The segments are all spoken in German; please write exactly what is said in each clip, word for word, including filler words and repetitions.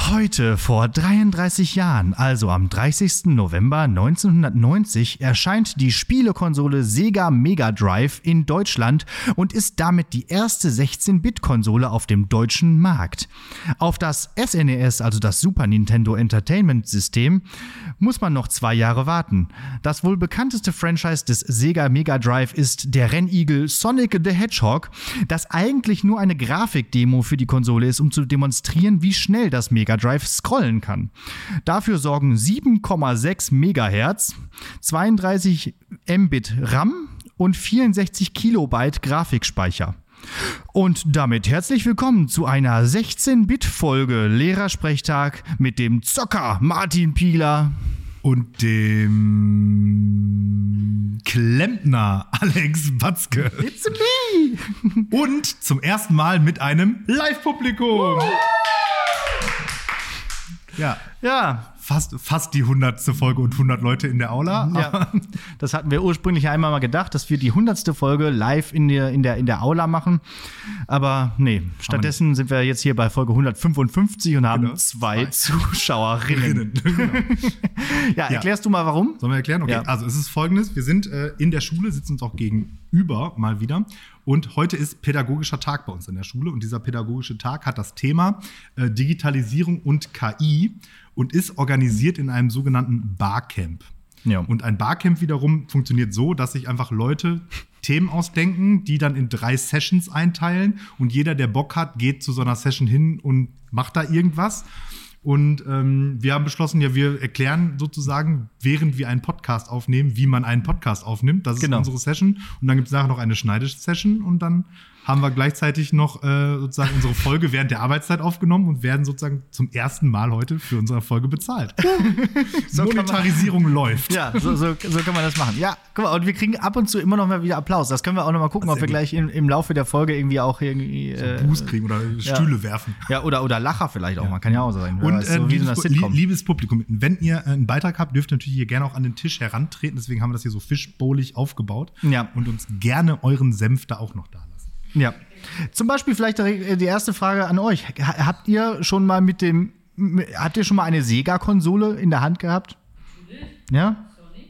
Heute vor dreiunddreißig Jahren, also am dreißigsten November neunzehnhundertneunzig, erscheint die Spielekonsole Sega Mega Drive in Deutschland und ist damit die erste sechzehn-Bit-Konsole auf dem deutschen Markt. Auf das S N E S, also das Super Nintendo Entertainment System, muss man noch zwei Jahre warten. Das wohl bekannteste Franchise des Sega Mega Drive ist der Rennigel Sonic the Hedgehog, das eigentlich nur eine Grafikdemo für die Konsole ist, um zu demonstrieren, wie schnell das Mega Drive scrollen kann. Dafür sorgen sieben Komma sechs Megahertz, zweiunddreißig Mbit RAM und vierundsechzig Kilobyte Grafikspeicher. Und damit herzlich willkommen zu einer sechzehn-Bit-Folge Lehrersprechtag mit dem Zocker Martin Pieler und dem Klempner Alex Batzke. It's me! Und zum ersten Mal mit einem Live-Publikum. Ja. Ja. Fast, fast die hundertste Folge und hundert Leute in der Aula. Ja, das hatten wir ursprünglich einmal mal gedacht, dass wir die hundertste Folge live in der, in der, in der Aula machen. Aber nee, stattdessen sind wir jetzt hier bei Folge hundertfünfundfünfzig und haben genau, zwei, zwei Zuschauerinnen. Genau. Ja, erklärst ja. du mal warum? Sollen wir erklären? Okay, ja. Also es ist Folgendes. Wir sind äh, in der Schule, sitzen uns auch gegenüber mal wieder. Und heute ist pädagogischer Tag bei uns in der Schule. Und dieser pädagogische Tag hat das Thema äh, Digitalisierung und K I und ist organisiert in einem sogenannten Barcamp. Ja. Und ein Barcamp wiederum funktioniert so, dass sich einfach Leute Themen ausdenken, die dann in drei Sessions einteilen. Und jeder, der Bock hat, geht zu so einer Session hin und macht da irgendwas. Und ähm, wir haben beschlossen, ja, wir erklären sozusagen, während wir einen Podcast aufnehmen, wie man einen Podcast aufnimmt. Das ist genau. unsere Session. Und dann gibt es nachher noch eine Schneidesession. Und dann haben wir gleichzeitig noch äh, sozusagen unsere Folge während der Arbeitszeit aufgenommen und werden sozusagen zum ersten Mal heute für unsere Folge bezahlt. so Monetarisierung man, läuft. Ja, so, so, so kann man das machen. Ja, guck mal, und wir kriegen ab und zu immer noch mal wieder Applaus. Das können wir auch noch mal gucken, ob wir gleich im, im Laufe der Folge irgendwie auch irgendwie so äh, Boost kriegen oder Stühle ja. werfen. Ja, oder, oder Lacher vielleicht auch. Ja. Man kann ja auch sein. Und äh, so liebes, liebes Publikum, wenn ihr einen Beitrag habt, dürft ihr natürlich hier gerne auch an den Tisch herantreten. Deswegen haben wir das hier so fischbowlig aufgebaut. Ja. Und uns gerne euren Senf da auch noch da lassen. Ja. Zum Beispiel vielleicht die erste Frage an euch. Habt ihr schon mal mit dem, habt ihr schon mal eine Sega-Konsole in der Hand gehabt? Ja?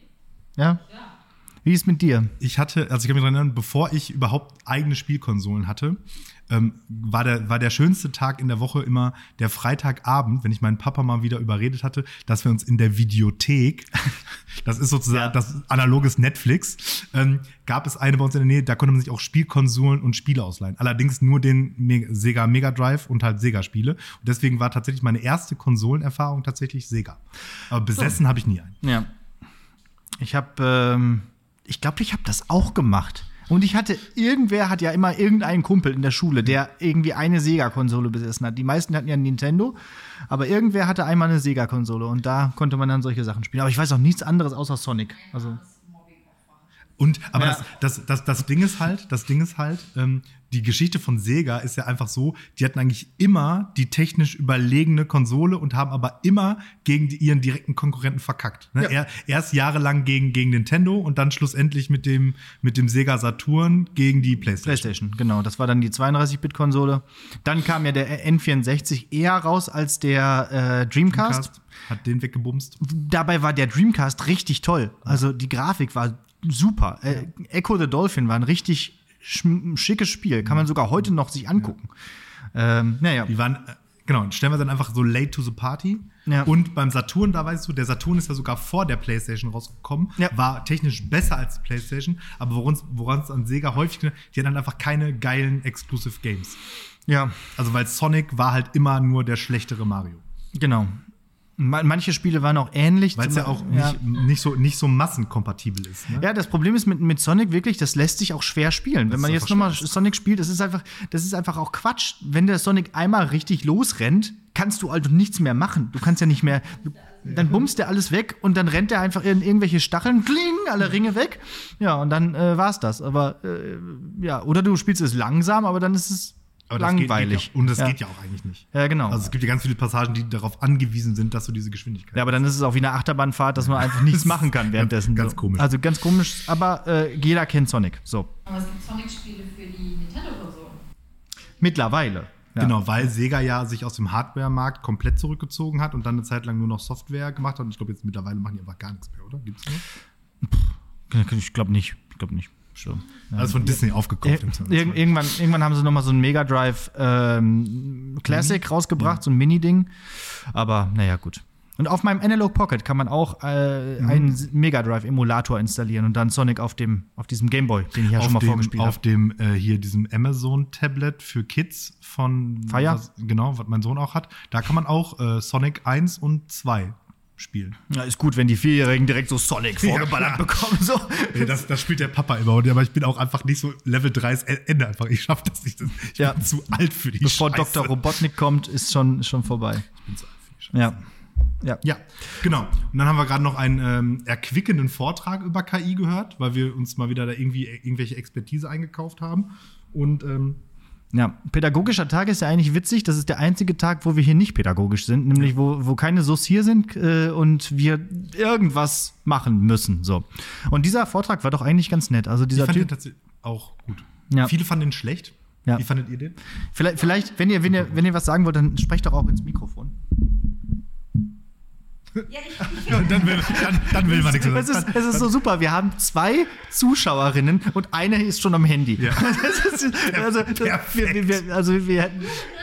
Ja? Wie ist es mit dir? Ich hatte, also ich kann mich daran erinnern, bevor ich überhaupt eigene Spielkonsolen hatte, ähm, war der, war der schönste Tag in der Woche immer der Freitagabend, wenn ich meinen Papa mal wieder überredet hatte, dass wir uns in der Videothek, das ist sozusagen ja. das analoges Netflix, ähm, gab es eine bei uns in der Nähe, da konnte man sich auch Spielkonsolen und Spiele ausleihen. Allerdings nur den Me- Sega Mega Drive und halt Sega-Spiele. Und deswegen war tatsächlich meine erste Konsolenerfahrung tatsächlich Sega. Aber besessen so. habe ich nie einen. Ja. Ich habe, ähm, ich glaube, ich habe das auch gemacht. Und ich hatte, irgendwer hat ja immer irgendeinen Kumpel in der Schule, der irgendwie eine Sega-Konsole besessen hat. Die meisten hatten ja ein Nintendo, aber irgendwer hatte einmal eine Sega-Konsole und da konnte man dann solche Sachen spielen. Aber ich weiß auch nichts anderes außer Sonic. Also Und, aber ja. das, das, das, das Ding ist halt, das Ding ist halt, ähm, die Geschichte von Sega ist ja einfach so, die hatten eigentlich immer die technisch überlegene Konsole und haben aber immer gegen die, ihren direkten Konkurrenten verkackt. Ne? Ja. Er, erst jahrelang gegen, gegen Nintendo und dann schlussendlich mit dem, mit dem Sega Saturn gegen die PlayStation. PlayStation, genau. Das war dann die zweiunddreißig-Bit-Konsole. Dann kam ja der N vierundsechzig eher raus als der äh, Dreamcast. Dreamcast. Hat den weggebumst. Dabei war der Dreamcast richtig toll. Also die Grafik war super. Äh, Echo the Dolphin war ein richtig sch- schickes Spiel. Kann man sogar heute noch sich angucken. Ja. Ähm, naja. Die waren, äh, genau, stellen wir dann einfach so late to the party. Ja. Und beim Saturn, da weißt du, der Saturn ist ja sogar vor der PlayStation rausgekommen, ja. war technisch besser als die PlayStation, aber woran es an Sega häufig, die hatten dann einfach keine geilen Exclusive Games. Ja. Also weil Sonic war halt immer nur der schlechtere Mario. Genau. Manche Spiele waren auch ähnlich. Weil es ja auch ja. Nicht, nicht, so, nicht so massenkompatibel ist. Ne? Ja, das Problem ist mit, mit Sonic wirklich, das lässt sich auch schwer spielen. Das Wenn man jetzt nochmal Sonic spielt, das ist, einfach, das ist einfach auch Quatsch. Wenn der Sonic einmal richtig losrennt, kannst du also nichts mehr machen. Du kannst ja nicht mehr, dann bummst der alles weg und dann rennt der einfach in irgendwelche Stacheln, kling, alle Ringe weg. Ja, und dann äh, war's das. Aber äh, ja, oder du spielst es langsam, aber dann ist es Aber langweilig. Das geht, geht ja, und das ja. geht ja auch eigentlich nicht. Ja, genau. Also es gibt ja ganz viele Passagen, die darauf angewiesen sind, dass du diese Geschwindigkeit Ja, aber dann ist es auch wie eine Achterbahnfahrt, dass man einfach nichts machen kann währenddessen. Ganz komisch. Also ganz komisch, aber äh, jeder kennt Sonic. So. Aber es gibt Sonic-Spiele für die Nintendo-Konsolen. Mittlerweile. Ja. Genau, weil Sega ja sich aus dem Hardware-Markt komplett zurückgezogen hat und dann eine Zeit lang nur noch Software gemacht hat. Und ich glaube, jetzt mittlerweile machen die einfach gar nichts mehr, oder? Gibt's noch? Ich glaube nicht. Ich glaube nicht. So. Ja. Also von Disney aufgekauft. Ir ir irgendwann, irgendwann haben sie noch mal so ein Mega Drive ähm, Classic mhm. rausgebracht, ja. so ein Mini-Ding. Aber naja, gut. Und auf meinem Analog Pocket kann man auch äh, mhm. einen Mega Drive Emulator installieren und dann Sonic auf dem auf diesem Gameboy, den ich ja auf schon mal dem, vorgespielt habe. Auf dem äh, hier diesem Amazon Tablet für Kids von Fire. Was, genau, was mein Sohn auch hat. Da kann man auch äh, Sonic eins und zwei spielen. Ja, ist gut, wenn die Vierjährigen direkt so Sonic vorgeballert ja, bekommen. So. Nee, das, das spielt der Papa immer. Aber ich bin auch einfach nicht so Level drei Ende einfach. Ich schaffe das nicht. Ich ja. bin zu alt für die Bevor Scheiße. Doktor Robotnik kommt, ist schon, ist schon vorbei. Ich bin zu alt für die Scheiße. Ja. Ja. ja, genau. Und dann haben wir gerade noch einen ähm, erquickenden Vortrag über K I gehört, weil wir uns mal wieder da irgendwie irgendwelche Expertise eingekauft haben. Und ähm, ja, pädagogischer Tag ist ja eigentlich witzig. Das ist der einzige Tag, wo wir hier nicht pädagogisch sind, nämlich wo, wo keine S U S hier sind äh, und wir irgendwas machen müssen. So. Und dieser Vortrag war doch eigentlich ganz nett. Also dieser ich fand Typ den tatsächlich auch gut. Ja. Viele fanden ihn schlecht. Ja. Wie fandet ihr den? Vielleicht, vielleicht wenn, ihr, wenn, ihr, wenn ihr was sagen wollt, dann sprecht doch auch ins Mikrofon. Ja, ich, ich dann, will, dann, dann will man nichts sagen. Es ist, es ist so super. Wir haben zwei Zuschauerinnen und eine ist schon am Handy. Ja. Das ist, also, das, wir, wir, wir, also wir hätten.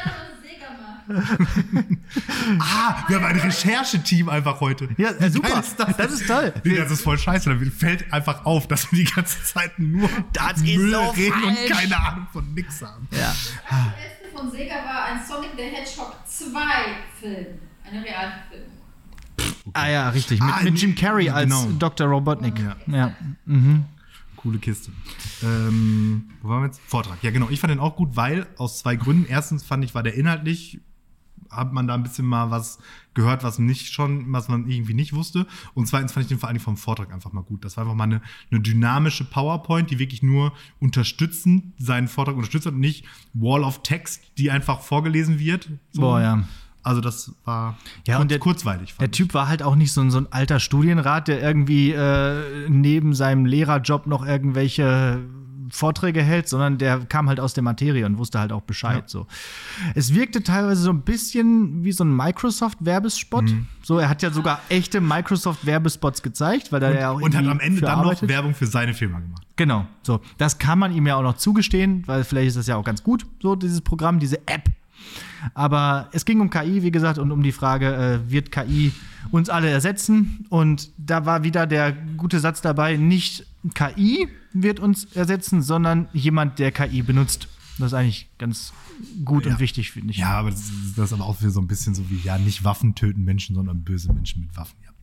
ah, wir haben ein Rechercheteam einfach heute. Ja, äh, super. Ist das? das ist toll. Nee, das ist voll scheiße. Dann fällt einfach auf, dass wir die ganze Zeit nur das Müll so reden falsch. und keine Ahnung von nix haben. Ja. Das letzte von Sega war ein Sonic the Hedgehog zwei Film. Eine Realverfilmung. Okay. Ah ja, richtig. Mit, ah, mit Jim Carrey als genau. Doktor Robotnik. Ja. ja. Mhm. Coole Kiste. Ähm, wo waren wir jetzt? Vortrag. Ja, genau. Ich fand den auch gut, weil aus zwei Gründen. Erstens fand ich, war der inhaltlich, hat man da ein bisschen mal was gehört, was nicht schon, was man irgendwie nicht wusste. Und zweitens fand ich den vor allem vom Vortrag einfach mal gut. Das war einfach mal eine, eine dynamische PowerPoint, die wirklich nur unterstützend seinen Vortrag unterstützt hat und nicht Wall of Text, die einfach vorgelesen wird. So. Boah, ja. Also das war ja, kurz, und der, kurzweilig. Der Typ war halt auch nicht so ein, so ein alter Studienrat, der irgendwie äh, neben seinem Lehrerjob noch irgendwelche Vorträge hält, sondern der kam halt aus der Materie und wusste halt auch Bescheid. Ja. So. Es wirkte teilweise so ein bisschen wie so ein Microsoft-Werbespot. Mhm. So, er hat ja sogar echte Microsoft-Werbespots gezeigt, weil da ja auch und hat am Ende dann arbeitet. noch Werbung für seine Firma gemacht. Genau, so. Das kann man ihm ja auch noch zugestehen, weil vielleicht ist das ja auch ganz gut, so dieses Programm, diese App. Aber es ging um K I, wie gesagt, und um die Frage, äh, wird K I uns alle ersetzen? Und da war wieder der gute Satz dabei, nicht K I wird uns ersetzen, sondern jemand, der K I benutzt. Das ist eigentlich ganz gut ja. und wichtig, finde ich. Ja, aber das ist, das ist aber auch für so ein bisschen so wie, ja, nicht Waffen töten Menschen, sondern böse Menschen mit Waffen. Ja.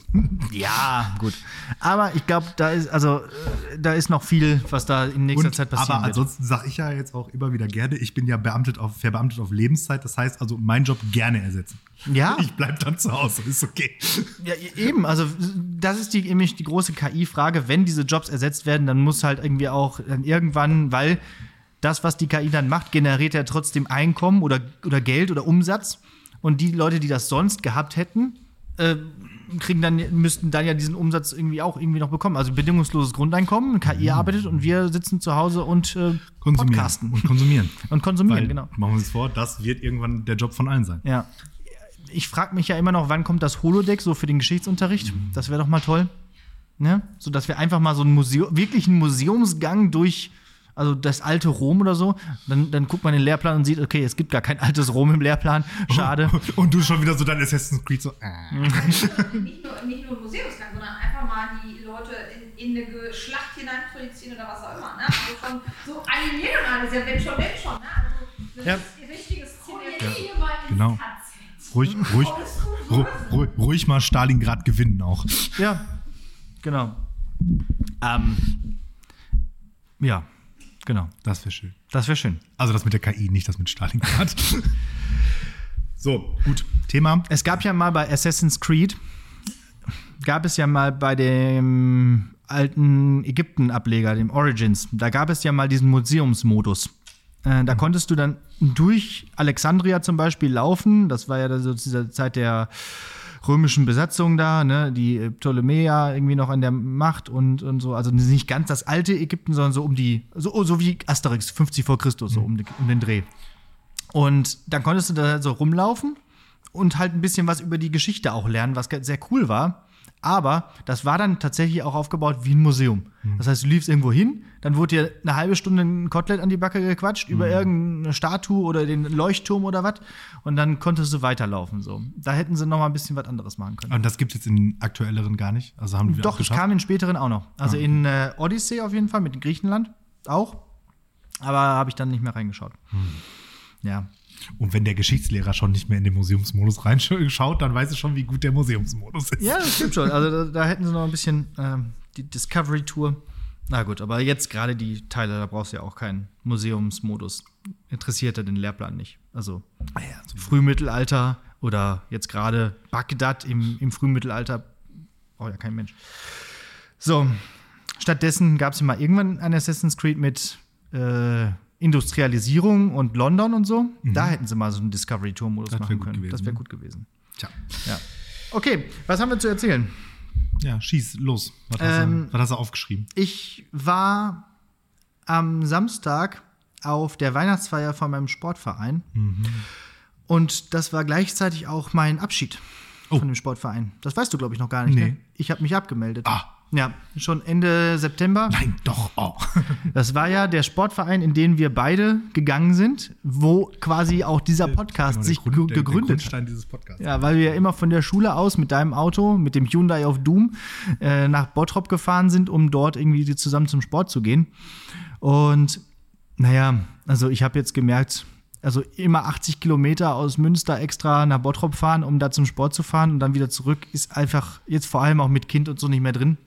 Ja, gut. Aber ich glaube, da ist also äh, da ist noch viel, was da in nächster und, Zeit passieren aber wird. Aber ansonsten sage ich ja jetzt auch immer wieder gerne, ich bin ja beamtet auf, verbeamtet auf Lebenszeit. Das heißt also, meinen Job gerne ersetzen. Ja. Ich bleib dann zu Hause, ist okay. Ja, eben. Also das ist die, nämlich die große K I-Frage. Wenn diese Jobs ersetzt werden, dann muss halt irgendwie auch dann irgendwann, weil das, was die K I dann macht, generiert ja trotzdem Einkommen oder, oder Geld oder Umsatz. Und die Leute, die das sonst gehabt hätten, äh, kriegen dann, müssten dann ja diesen Umsatz irgendwie auch irgendwie noch bekommen. Also bedingungsloses Grundeinkommen, K I arbeitet und wir sitzen zu Hause und äh, konsumieren. podcasten. Und konsumieren. Und konsumieren, Weil, genau. Machen wir uns vor, das wird irgendwann der Job von allen sein. Ja. Ich frage mich ja immer noch, wann kommt das Holodeck so für den Geschichtsunterricht? Mhm. Das wäre doch mal toll. Ne? So dass wir einfach mal so einen Museum, wirklich einen Museumsgang durch, also das alte Rom oder so, dann, dann guckt man den Lehrplan und sieht, okay, es gibt gar kein altes Rom im Lehrplan. Schade. Und du schon wieder so dein Assassin's Creed so. Äh. nicht, nur, nicht nur ein Museumsgang, sondern einfach mal die Leute in, in eine Schlacht hineinprojizieren oder was auch immer. Ne? Also schon so animiert und alles, ja, wenn schon, wenn schon. Ne? Also das ja. ist die richtige Szenerie. Ja. Genau. Ruhig, ruhig, ruhig, ruhig, ruhig mal Stalingrad gewinnen auch. Ja, genau. Ähm, ja. Genau. Das wäre schön. Das wäre schön. Also das mit der K I, nicht das mit Stalingrad. So, gut. Thema. Es gab ja mal bei Assassin's Creed, gab es ja mal bei dem alten Ägypten-Ableger, dem Origins, da gab es ja mal diesen Museumsmodus. Äh, da mhm. konntest du dann durch Alexandria zum Beispiel laufen. Das war ja so zu dieser Zeit der römischen Besatzung da, ne, die Ptolemäer irgendwie noch an der Macht und, und so, also nicht ganz das alte Ägypten, sondern so um die, so, so wie Asterix, fünfzig vor Christus, so um, die, um den Dreh. Und dann konntest du da so rumlaufen und halt ein bisschen was über die Geschichte auch lernen, was sehr cool war. Aber das war dann tatsächlich auch aufgebaut wie ein Museum. Mhm. Das heißt, du liefst irgendwo hin, dann wurde dir eine halbe Stunde ein Kotelett an die Backe gequatscht mhm. über irgendeine Statue oder den Leuchtturm oder was. Und dann konntest du weiterlaufen. So. Da hätten sie noch mal ein bisschen was anderes machen können. Und das gibt es jetzt in aktuelleren gar nicht? Also haben die Doch, es kam in späteren auch noch. Also ah. in äh, Odyssey auf jeden Fall, mit Griechenland auch. Aber habe ich dann nicht mehr reingeschaut. Mhm. Ja. Und wenn der Geschichtslehrer schon nicht mehr in den Museumsmodus reinschaut, dann weiß er schon, wie gut der Museumsmodus ist. Ja, das stimmt schon. Also da, da hätten sie noch ein bisschen ähm, die Discovery-Tour. Na gut, aber jetzt gerade die Teile, da brauchst du ja auch keinen Museumsmodus. Interessiert er den Lehrplan nicht. Also ja, so Frühmittelalter oder jetzt gerade Bagdad im, im Frühmittelalter braucht ja kein Mensch. So, stattdessen gab es mal irgendwann ein Assassin's Creed mit äh, Industrialisierung und London und so. Mhm. Da hätten sie mal so einen Discovery-Tour-Modus machen können. Gewesen, das wäre gut gewesen. Tja. Ja. Okay, was haben wir zu erzählen? Ja, schieß los. Was, hast, ähm, du, was hast du aufgeschrieben? Ich war am Samstag auf der Weihnachtsfeier von meinem Sportverein. Mhm. Und das war gleichzeitig auch mein Abschied oh. von dem Sportverein. Das weißt du, glaube ich, noch gar nicht. Nee. Ne? Ich habe mich abgemeldet. Ah. Ja, schon Ende September. Nein, doch. Oh. Das war ja der Sportverein, in den wir beide gegangen sind, wo quasi auch dieser Podcast genau, sich Grund, ge- gegründet der, der Grundstein dieses Podcasts. Ja, weil wir ja immer von der Schule aus mit deinem Auto, mit dem Hyundai auf Doom, äh, nach Bottrop gefahren sind, um dort irgendwie zusammen zum Sport zu gehen. Und naja, also ich habe jetzt gemerkt, also immer achtzig Kilometer aus Münster extra nach Bottrop fahren, um da zum Sport zu fahren und dann wieder zurück, ist einfach jetzt vor allem auch mit Kind und so nicht mehr drin.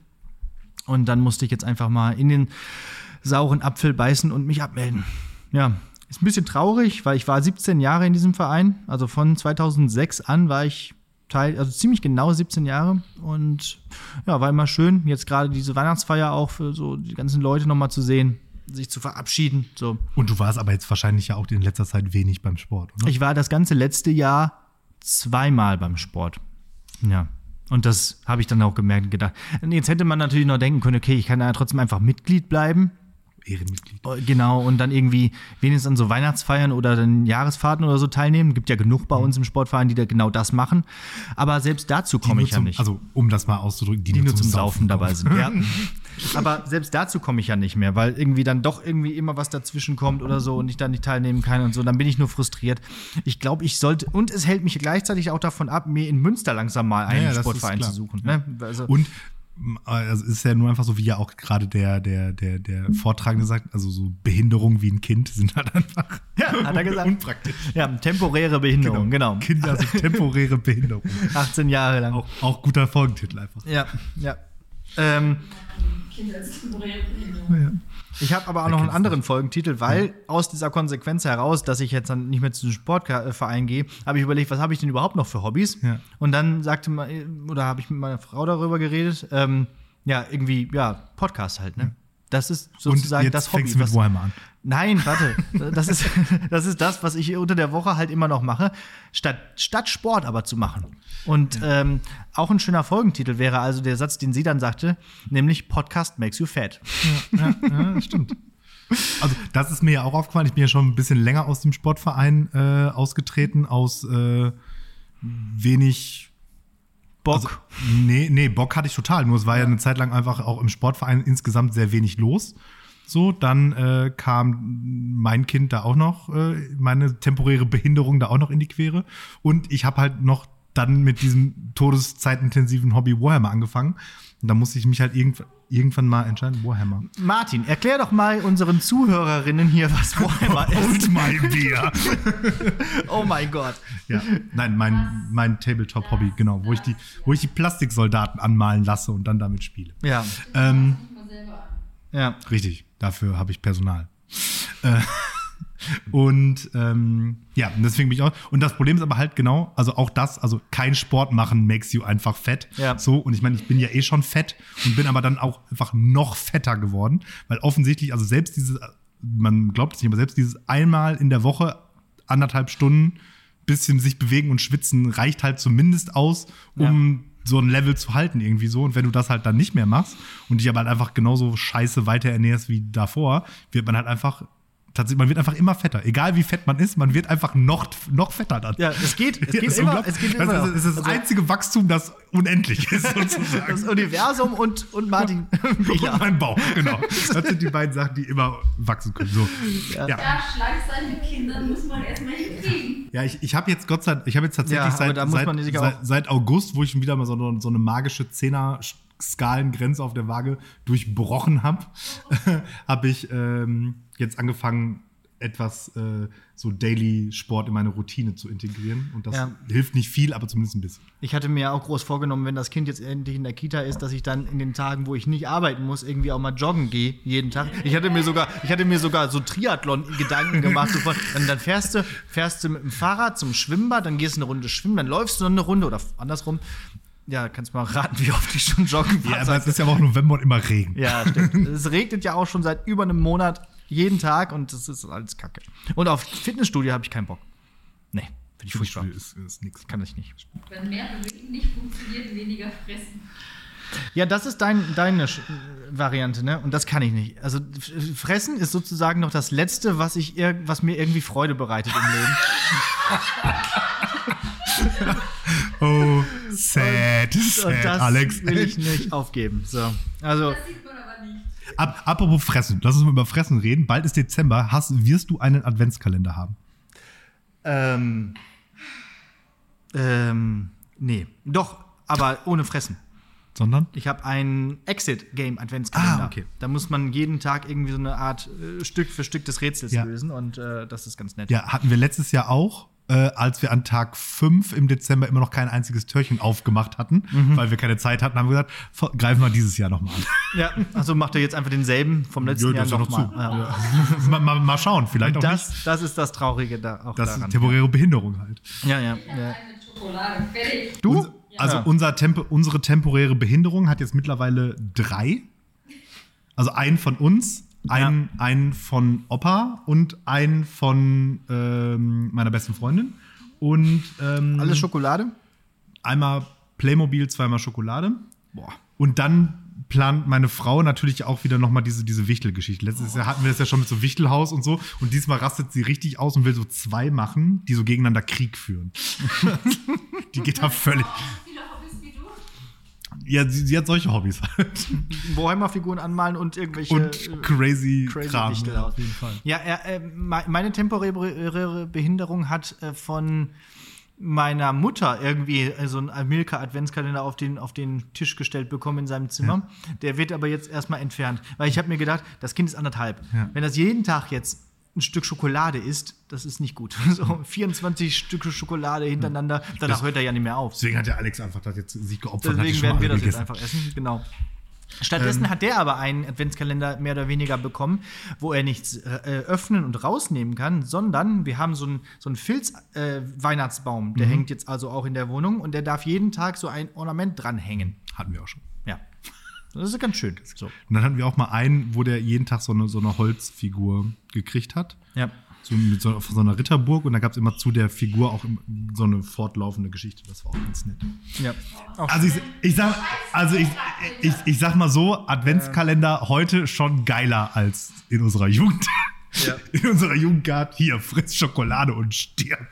Und dann musste ich jetzt einfach mal in den sauren Apfel beißen und mich abmelden. Ja, ist ein bisschen traurig, weil ich war siebzehn Jahre in diesem Verein. Also von zweitausendsechs an war ich Teil, also ziemlich genau siebzehn Jahre. Und ja, war immer schön, jetzt gerade diese Weihnachtsfeier auch für so die ganzen Leute noch mal zu sehen, sich zu verabschieden. So. Und du warst aber jetzt wahrscheinlich ja auch in letzter Zeit wenig beim Sport, oder? Ich war das ganze letzte Jahr zweimal beim Sport. Ja. Und das habe ich dann auch gemerkt und gedacht. Jetzt hätte man natürlich noch denken können, okay, ich kann da trotzdem einfach Mitglied bleiben. Ehrenmitglied. Genau, und dann irgendwie wenigstens an so Weihnachtsfeiern oder dann Jahresfahrten oder so teilnehmen. Gibt ja genug bei uns im Sportverein, die da genau das machen. Aber selbst dazu komme ich ja nicht. Also, um das mal auszudrücken, die, die nur nur zum, zum Saufen, Saufen dabei sind. Ja. Aber selbst dazu komme ich ja nicht mehr, weil irgendwie dann doch irgendwie immer was dazwischen kommt oder so und ich da nicht teilnehmen kann und so. Dann bin ich nur frustriert. Ich glaube, ich sollte, und es hält mich gleichzeitig auch davon ab, mir in Münster langsam mal einen ja, ja, Sportverein zu suchen. Ja. Ne? Also, und also es ist ja nur einfach so, wie ja auch gerade der, der, der, der Vortragende sagt, also so Behinderungen wie ein Kind sind halt einfach ja, hat er gesagt. unpraktisch. Ja, temporäre Behinderung, genau. genau. Kinder sind temporäre Behinderung. achtzehn Jahre lang. Auch, auch guter Folgentitel einfach. Ja, ja. Ähm, Kinder sind temporäre Behinderung. Ja. Ich habe aber auch noch einen anderen Folgentitel, weil ja. aus dieser Konsequenz heraus, dass ich jetzt dann nicht mehr zu einem Sportverein gehe, habe ich überlegt, was habe ich denn überhaupt noch für Hobbys? Ja. Und dann sagte man, oder habe ich mit meiner Frau darüber geredet, ähm, ja, irgendwie, ja, Podcast halt, ne? Ja. Das ist sozusagen und jetzt das Hobby. Fängst du mit Warhammer an. Nein, warte. Das ist, das ist das, was ich unter der Woche halt immer noch mache, statt, statt Sport aber zu machen. Und ja. ähm, auch ein schöner Folgentitel wäre also der Satz, den sie dann sagte, nämlich Podcast makes you fat. Ja, ja, ja, stimmt. Also das ist mir ja auch aufgefallen. Ich bin ja schon ein bisschen länger aus dem Sportverein äh, ausgetreten, aus äh, wenig Bock. Also, nee, nee, Bock hatte ich total. Nur es war ja eine Zeit lang einfach auch im Sportverein insgesamt sehr wenig los. So, dann äh, kam mein Kind da auch noch, äh, meine temporäre Behinderung da auch noch in die Quere. Und ich habe halt noch dann mit diesem todeszeitintensiven Hobby Warhammer angefangen. Und da musste ich mich halt irgendwann, irgendwann mal entscheiden, Warhammer. Martin, erklär doch mal unseren Zuhörerinnen hier, was Warhammer ist. Und mein Bier. Oh mein Gott. Ja, nein, mein, mein Tabletop-Hobby, genau, wo ich, die, wo ich die Plastiksoldaten anmalen lasse und dann damit spiele. Ja. Ähm, ja. Richtig, dafür habe ich Personal. äh, Und ähm, ja, deswegen bin ich auch. Und das Problem ist aber halt genau, also auch das, also kein Sport machen makes you einfach fett. Ja. So, und ich meine, ich bin ja eh schon fett und bin aber dann auch einfach noch fetter geworden, weil offensichtlich, also selbst dieses, man glaubt es nicht, aber selbst dieses einmal in der Woche anderthalb Stunden bisschen sich bewegen und schwitzen reicht halt zumindest aus, um ja. so ein Level zu halten irgendwie so. Und wenn du das halt dann nicht mehr machst und dich aber halt einfach genauso scheiße weiter ernährst wie davor, wird man halt einfach Tatsächlich, man wird einfach immer fetter. Egal wie fett man ist, man wird einfach noch, noch fetter dann. Ja, es geht, es Ja, geht ist immer. unglaublich. Es geht das immer ist, noch. ist das Also, einzige Wachstum, das unendlich ist, sozusagen. das Universum und, und Martin. Und mein Bauch, genau. Das sind die beiden Sachen, die immer wachsen können. So. Ja. Ja. Ja, schlank sein mit Kindern muss man erstmal hinkriegen. Ja, ich, ich habe jetzt Gott sei Dank, ich habe jetzt tatsächlich Ja, aber seit, da muss man seit, sich auch- seit, seit August, wo ich schon wieder mal so eine, so eine magische Zehner-Skalengrenze auf der Waage durchbrochen habe, habe ich ähm, jetzt angefangen, etwas äh, so Daily-Sport in meine Routine zu integrieren. Und das Ja. hilft nicht viel, aber zumindest ein bisschen. Ich hatte mir auch groß vorgenommen, wenn das Kind jetzt endlich in der Kita ist, dass ich dann in den Tagen, wo ich nicht arbeiten muss, irgendwie auch mal joggen gehe, jeden Tag. Ich hatte mir sogar, ich hatte mir sogar so Triathlon-Gedanken gemacht. So von, dann, dann fährst du, fährst du mit dem Fahrrad zum Schwimmbad, dann gehst du eine Runde schwimmen, dann läufst du noch eine Runde oder andersrum. Ja, kannst mal raten, wie oft ich schon joggen war. Ja, aber es ist ja auch November und immer Regen. Ja, stimmt. Es regnet ja auch schon seit über einem Monat jeden Tag und das ist alles Kacke. Und auf Fitnessstudio habe ich keinen Bock. Nee, finde ich furchtbar. Ist, ist nix. Kann ich nicht. Wenn mehr bewegen nicht funktioniert, weniger fressen. Ja, das ist dein, deine Sch- Variante, ne? Und das kann ich nicht. Also f- Fressen ist sozusagen noch das Letzte, was, ich ir- was mir irgendwie Freude bereitet im Leben. Oh, sad, sad, Und das Alex. will ich nicht aufgeben. So. Also, Das sieht man aber nicht. Ab, apropos Fressen, lass uns mal über Fressen reden. Bald ist Dezember. Hast, wirst du einen Adventskalender haben? ähm, ähm, nee. Doch, aber ohne Fressen. Sondern? Ich habe einen Exit-Game-Adventskalender. Ah, okay. Da muss man jeden Tag irgendwie so eine Art äh, Stück für Stück des Rätsels Ja. lösen und äh, das ist ganz nett. Ja, hatten wir letztes Jahr auch, äh, als wir an Tag fünf im Dezember immer noch kein einziges Türchen aufgemacht hatten, Mhm. weil wir keine Zeit hatten, haben wir gesagt, vor- greifen wir dieses Jahr nochmal an. Ja, also macht er jetzt einfach denselben vom letzten Jahr das ist ja nochmal. noch zu. Ja. Ja. mal, mal, mal schauen, vielleicht auch nicht. Das, das ist das Traurige da auch Das daran. ist temporäre Behinderung halt. Ja, ja. Ich habe ja. einen mit Schokolade. Fertig. Du? Uns, also Ja. unser Tempo, unsere temporäre Behinderung hat jetzt mittlerweile drei. Also einen von uns, einen, einen von Opa und einen von ähm, meiner besten Freundin. Und ähm, Alles Schokolade? einmal Playmobil, zweimal Schokolade. Boah. Und dann plant meine Frau natürlich auch wieder noch mal diese, diese Wichtelgeschichte. Letztes Jahr hatten wir das ja schon mit so Wichtelhaus und so. Und diesmal rastet sie richtig aus und will so zwei machen, die so gegeneinander Krieg führen. Die geht da völlig. Auch viele Hobbys wie du. Ja, sie, sie hat solche Hobbys halt. Warhammer-Figuren anmalen und irgendwelche Und äh, crazy, crazy Kram. Wichtel Ja, aus. auf jeden Fall. Ja, er, äh, me- meine temporäre Behinderung hat äh, von meiner Mutter irgendwie äh, so einen Milka-Adventskalender auf den, auf den Tisch gestellt bekommen in seinem Zimmer. Der wird aber jetzt erstmal entfernt. Weil ich habe mir gedacht, das Kind ist anderthalb. Ja. Wenn das jeden Tag jetzt ein Stück Schokolade isst, das ist nicht gut. So vierundzwanzig Stücke Schokolade hintereinander, danach hört er ja nicht mehr auf. Deswegen hat der Alex einfach das jetzt sich geopfert. und hat die Deswegen schon werden wir alle das jetzt gegessen. einfach essen, genau. Stattdessen Ähm. hat der aber einen Adventskalender mehr oder weniger bekommen, wo er nichts äh, öffnen und rausnehmen kann, sondern wir haben so einen so einen Filz-Weihnachtsbaum, der Mhm. hängt jetzt also auch in der Wohnung und der darf jeden Tag so ein Ornament dranhängen. Hatten wir auch schon. Ja. Das ist ganz schön. So. Und dann hatten wir auch mal einen, wo der jeden Tag so eine, so eine Holzfigur gekriegt hat. Ja. So mit so, von so einer Ritterburg. Und da gab es immer zu der Figur auch im- so eine fortlaufende Geschichte. Das war auch ganz nett. Ja. Auch Also ich, ich sag, also ich, ich, ich sag mal so, Adventskalender heute schon geiler als in unserer Jugend. Ja. In unserer Jugend gab hier friss Schokolade und stirb.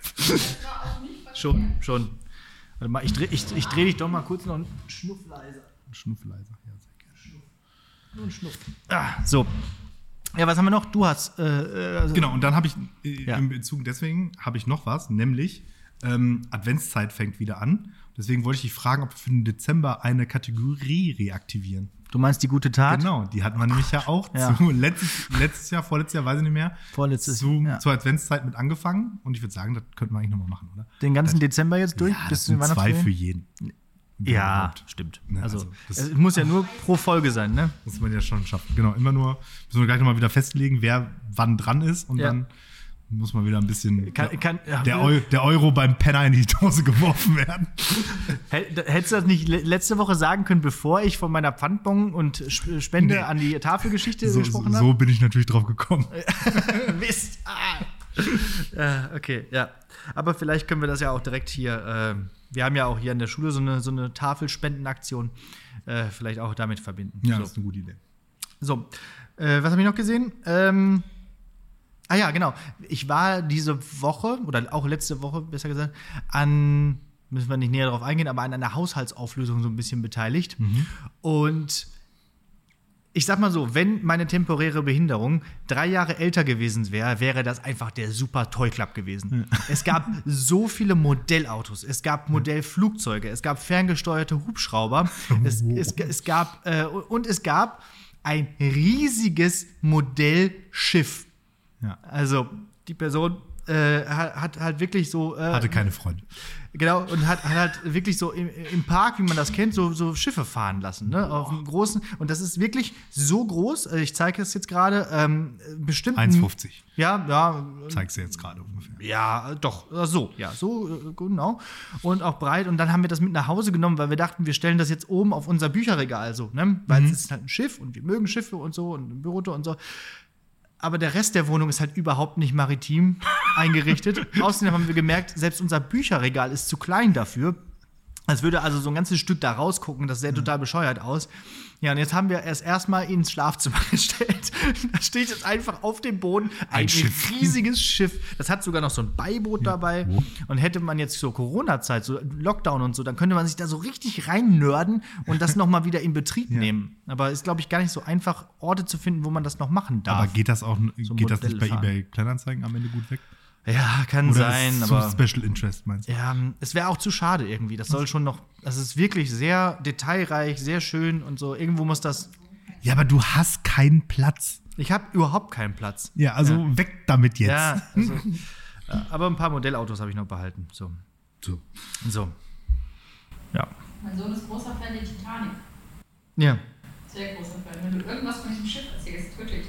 schon, schon. Warte mal, ich dreh, ich, ich dreh dich doch mal kurz noch einen Schnuff leiser. Schnuffleiser, ja, sehr gerne. Nur ein Schnuff. Ah, so. Ja, was haben wir noch? Du hast. Äh, also Genau, und dann habe ich äh, Ja. im Bezug deswegen habe ich noch was, nämlich ähm, Adventszeit fängt wieder an. Deswegen wollte ich dich fragen, ob wir für den Dezember eine Kategorie reaktivieren. Du meinst die gute Tat? Genau, die hatten wir nämlich ja auch Ja. zu letztes, letztes Jahr, vorletztes Jahr, weiß ich nicht mehr, Vorletztes zu, ja. zur Adventszeit mit angefangen. Und ich würde sagen, das könnten wir eigentlich nochmal machen, oder? Den ganzen Dezember jetzt durch? Ja, bis das zu den sind zwei Weihnachtsferien? für jeden. Ja, Überhaupt. stimmt. Ne, also, also, das- es muss ja nur pro Folge sein, ne? Muss man ja schon schaffen. Genau, immer nur, müssen wir gleich nochmal wieder festlegen, wer wann dran ist. Und Ja. dann muss man wieder ein bisschen Kann- der, kann- ja, der, will- Eu, der Euro beim Penner in die Dose geworfen werden. Hätt- Hättest du das nicht le- letzte Woche sagen können, bevor ich von meiner Pfandbon und Sp- Spende Nee. an die Tafelgeschichte So, so, gesprochen so bin ich natürlich drauf gekommen. habe? Mist. Ah. äh, okay, ja. Aber vielleicht können wir das ja auch direkt hier. Äh, wir haben ja auch hier in der Schule so eine, so eine Tafelspendenaktion. Äh, vielleicht auch damit verbinden. Ja, so. das ist eine gute Idee. So, äh, was habe ich noch gesehen? Ähm, Ah ja, genau. Ich war diese Woche, oder auch letzte Woche, besser gesagt, an, müssen wir nicht näher darauf eingehen, aber an einer Haushaltsauflösung so ein bisschen beteiligt. Mhm. Und ich sag mal so, wenn meine temporäre Behinderung drei Jahre älter gewesen wäre, wäre das einfach der super Toy Club gewesen. Ja. Es gab so viele Modellautos, es gab Modellflugzeuge, es gab ferngesteuerte Hubschrauber, es, es, es gab äh, und es gab ein riesiges Modellschiff. Ja. Also die Person äh, hat, hat halt wirklich so äh, hatte keine Freunde. Genau, und hat, hat halt wirklich so im, im Park, wie man das kennt, so, so Schiffe fahren lassen, ne? Auf einem großen. Und das ist wirklich so groß. Ich zeige es jetzt gerade. Ähm, bestimmt. eins fünfzig. Ja, ja. Zeigst du jetzt gerade ungefähr. Ja, doch. So, ja, so, genau. Und auch breit. Und dann haben wir das mit nach Hause genommen, weil wir dachten, wir stellen das jetzt oben auf unser Bücherregal so, ne? Weil mhm. es ist halt ein Schiff und wir mögen Schiffe und so und ein Büro und so. Aber der Rest der Wohnung ist halt überhaupt nicht maritim eingerichtet. Außerdem haben wir gemerkt, selbst unser Bücherregal ist zu klein dafür. Es würde also so ein ganzes Stück da rausgucken. Das sähe ja. total bescheuert aus. Ja, und jetzt haben wir es erstmal ins Schlafzimmer gestellt. Da steht jetzt einfach auf dem Boden ein, ein Schiff. riesiges Schiff. Das hat sogar noch so ein Beiboot ja. dabei. Oh. Und hätte man jetzt so Corona-Zeit, so Lockdown und so, dann könnte man sich da so richtig reinnörden und das noch mal wieder in Betrieb ja. nehmen. Aber ist, glaube ich, gar nicht so einfach, Orte zu finden, wo man das noch machen darf. Aber geht das auch so geht das nicht bei fahren. eBay Kleinanzeigen am Ende gut weg? Ja, kann Oder sein, ist aber zu Special Interest meinst du? Ja, es wäre auch zu schade irgendwie. Das soll schon noch, das ist wirklich sehr detailreich, sehr schön und so. Irgendwo muss das. Ja, aber du hast keinen Platz. Ich habe überhaupt keinen Platz. Ja, also ja. weg damit jetzt. Ja, also, aber ein paar Modellautos habe ich noch behalten. So. So. So. Ja. Mein Sohn ist großer Fan der Titanic. Ja. Sehr großer Fan. Wenn du irgendwas von diesem Schiff erzählst, wirklich.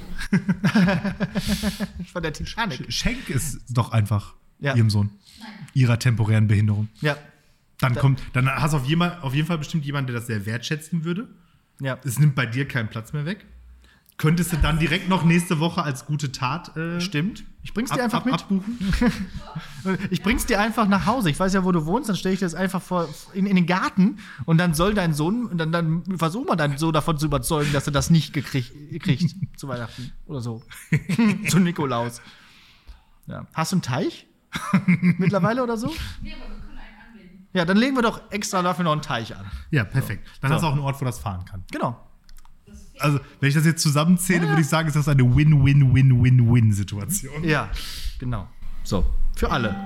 Von der Titanic. Schenk es doch einfach ja. ihrem Sohn. Nein. Ihrer temporären Behinderung. Ja. Dann da, kommt, dann hast du auf, jemand, auf jeden Fall bestimmt jemanden, der das sehr wertschätzen würde. Ja. Es nimmt bei dir keinen Platz mehr weg. Könntest du dann direkt noch nächste Woche als gute Tat äh, Stimmt. Ich bring's dir ab, einfach ab, mit. Abbuchen. Ich bring's dir einfach nach Hause. Ich weiß ja, wo du wohnst, dann stelle ich das einfach vor, in, in den Garten und dann soll dein Sohn, und dann, dann versuchen wir dann so davon zu überzeugen, dass er das nicht gekriegt, kriegt zu Weihnachten oder so. Zu Nikolaus. Ja. Hast du einen Teich? Mittlerweile oder so? Nee, aber wir können einen anlegen. Ja, dann legen wir doch extra dafür noch einen Teich an. Ja, perfekt. Dann so. hast du auch einen Ort, wo das fahren kann. Genau. Also, wenn ich das jetzt zusammenzähle, ja. würde ich sagen, ist das eine Win-Win-Win-Win-Win-Situation. Ja, genau. So, für alle.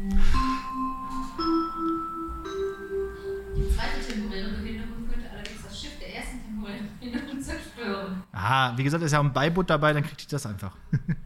Die zweite temporäre Behinderung könnte allerdings das Schiff der ersten temporären Behinderung zerstören. Aha, wie gesagt, ist ja auch ein Beiboot dabei, dann kriegt ich das einfach.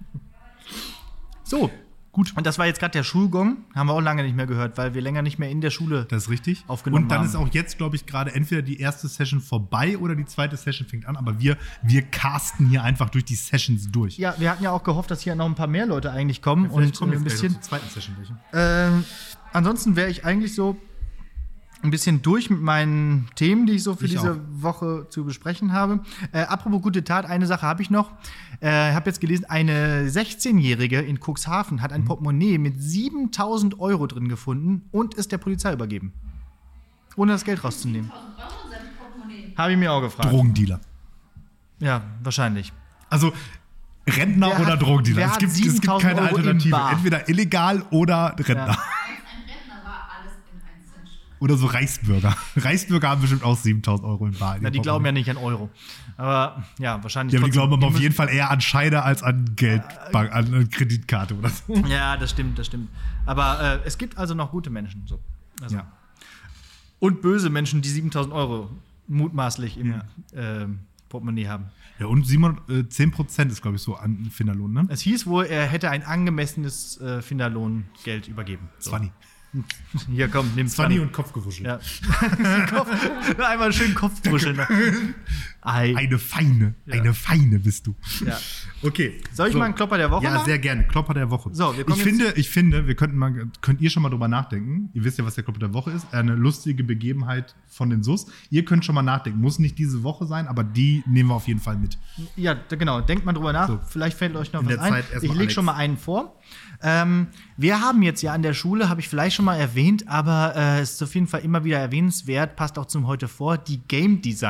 So. Gut. Und das war jetzt gerade der Schulgong. Haben wir auch lange nicht mehr gehört, weil wir länger nicht mehr in der Schule das ist richtig. aufgenommen haben. Und dann haben. ist auch jetzt, glaube ich, gerade entweder die erste Session vorbei oder die zweite Session fängt an. Aber wir, wir casten hier einfach durch die Sessions durch. Ja, wir hatten ja auch gehofft, dass hier noch ein paar mehr Leute eigentlich kommen. Ja, und kommen ein bisschen. zur zweiten Session durch. Ähm, ansonsten wäre ich eigentlich so ein bisschen durch mit meinen Themen, die ich so für ich diese auch. Woche zu besprechen habe. Äh, apropos gute Tat, eine Sache habe ich noch. Ich äh, habe jetzt gelesen, eine sechzehnjährige in Cuxhaven hat ein Portemonnaie mit siebentausend Euro drin gefunden und ist der Polizei übergeben. Ohne das Geld rauszunehmen. siebentausend Euro in seinem Portemonnaie. Habe ich mir auch gefragt. Drogendealer. Ja, wahrscheinlich. Also Rentner Wer oder hat- Drogendealer. wer Es hat gibt, es gibt siebentausend keine Euro im Alternative. Bar? Entweder illegal oder Rentner. Ja. Als ein Rentner war alles in ein Centstück. Oder so Reichsbürger. Reichsbürger haben bestimmt auch siebentausend Euro im Bar. Na, die glauben ja nicht an Euro. Aber ja, wahrscheinlich. Ja, aber die trotzdem- glauben aber auf müssen- jeden Fall eher an Scheine als an Geld, an eine Kreditkarte oder so. Ja, das stimmt, das stimmt. Aber äh, es gibt also noch gute Menschen. So. Also. Ja. Und böse Menschen, die siebentausend Euro mutmaßlich im Ja. ähm, Portemonnaie haben. Ja, und Simon, äh, zehn Prozent ist, glaube ich, so an Finderlohn, ne? Es hieß wohl, er hätte ein angemessenes äh, Finderlohngeld übergeben. So. Zwanni. Hier, komm, nimm Zwanni und Kopfgewuschel. Ja. Kopf, einmal schön Kopfwuscheln. Ne? Ei. Eine Feine, Ja. eine Feine bist du. Ja. Okay. Soll ich mal einen Klopper der Woche Ja, machen? sehr gerne. Klopper der Woche. So, wir kommen ich, jetzt- finde, ich finde, wir könnten mal, könnt ihr schon mal drüber nachdenken. Ihr wisst ja, was der Klopper der Woche ist. Eine lustige Begebenheit von den S U S. Ihr könnt schon mal nachdenken. Muss nicht diese Woche sein, aber die nehmen wir auf jeden Fall mit. Ja, d- genau. Denkt mal drüber nach. So. Vielleicht fällt euch noch In was der ein. Zeit erst Ich mal lege Alex. schon mal einen vor. Ähm, wir haben jetzt ja an der Schule, habe ich vielleicht schon mal erwähnt, aber äh, es ist auf jeden Fall immer wieder erwähnenswert, passt auch zum heute vor, die Game Designer.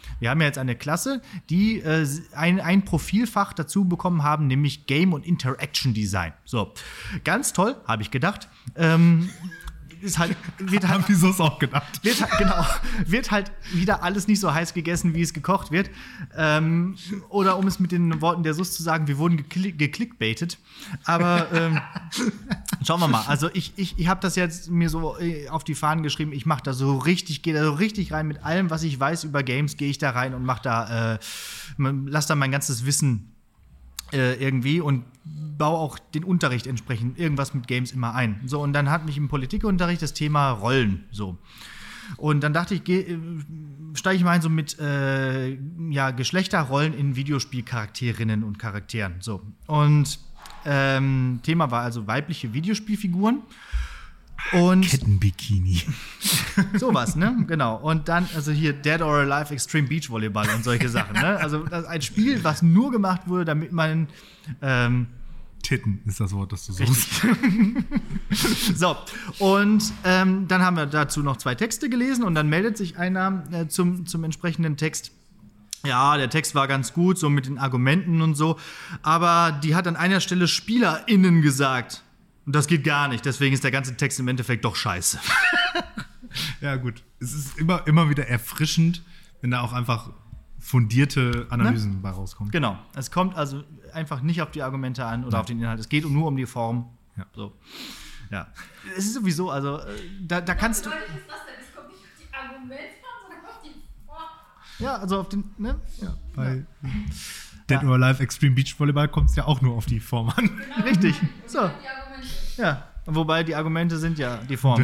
wir haben ja jetzt eine Klasse, die äh, ein, ein Profilfach dazu bekommen haben, nämlich Game- und Interaction-Design. So, ganz toll, habe ich gedacht. Ähm, ist halt, wird halt, Haben die so auch gedacht. Wird, halt- genau, wird halt wieder alles nicht so heiß gegessen, wie es gekocht wird. Ähm, oder um es mit den Worten der Sus zu sagen, wir wurden geklick, geklickbaitet. Aber ähm, schauen wir mal. Also ich, ich, ich habe das jetzt mir so äh, auf die Fahnen geschrieben. Ich mache da so richtig, gehe da so richtig rein mit allem, was ich weiß über Games, gehe ich da rein und mache da, äh, lass da mein ganzes Wissen äh, irgendwie und baue auch den Unterricht entsprechend irgendwas mit Games immer ein. So, und dann hat mich im Politikunterricht das Thema Rollen so. Und dann dachte ich, steige ich mal ein so mit äh, ja, Geschlechterrollen in Videospielcharakterinnen und Charakteren. So. Und ähm, Thema war also weibliche Videospielfiguren. Und Kettenbikini. sowas, ne? Genau. Und dann, also hier Dead or Alive Extreme Beach Volleyball und solche Sachen, ne? Also das ist ein Spiel, was nur gemacht wurde, damit man ähm, Titten ist das Wort, das du suchst. So, und ähm, dann haben wir dazu noch zwei Texte gelesen und dann meldet sich einer äh, zum, zum entsprechenden Text. Ja, der Text war ganz gut, so mit den Argumenten und so, aber die hat an einer Stelle SpielerInnen gesagt. Und das geht gar nicht, deswegen ist der ganze Text im Endeffekt doch scheiße. Ja, gut. Es ist immer, immer wieder erfrischend, wenn da auch einfach fundierte Analysen Ne? bei rauskommen. Genau, es kommt also einfach nicht auf die Argumente an oder Ja. auf den Inhalt, es geht nur um die Form. Ja. So. Ja. Es ist sowieso, also äh, da, da kannst du. Was bedeutet das denn? Es kommt nicht auf die Argumente an, sondern auf die Form. Ja, also auf den, ne? Ja, bei Dead Ja. or Alive Extreme Beach Volleyball kommt es ja auch nur auf die Form an. Genau, Richtig. und So. dann die Argumente. Ja. Wobei die Argumente sind ja die Form.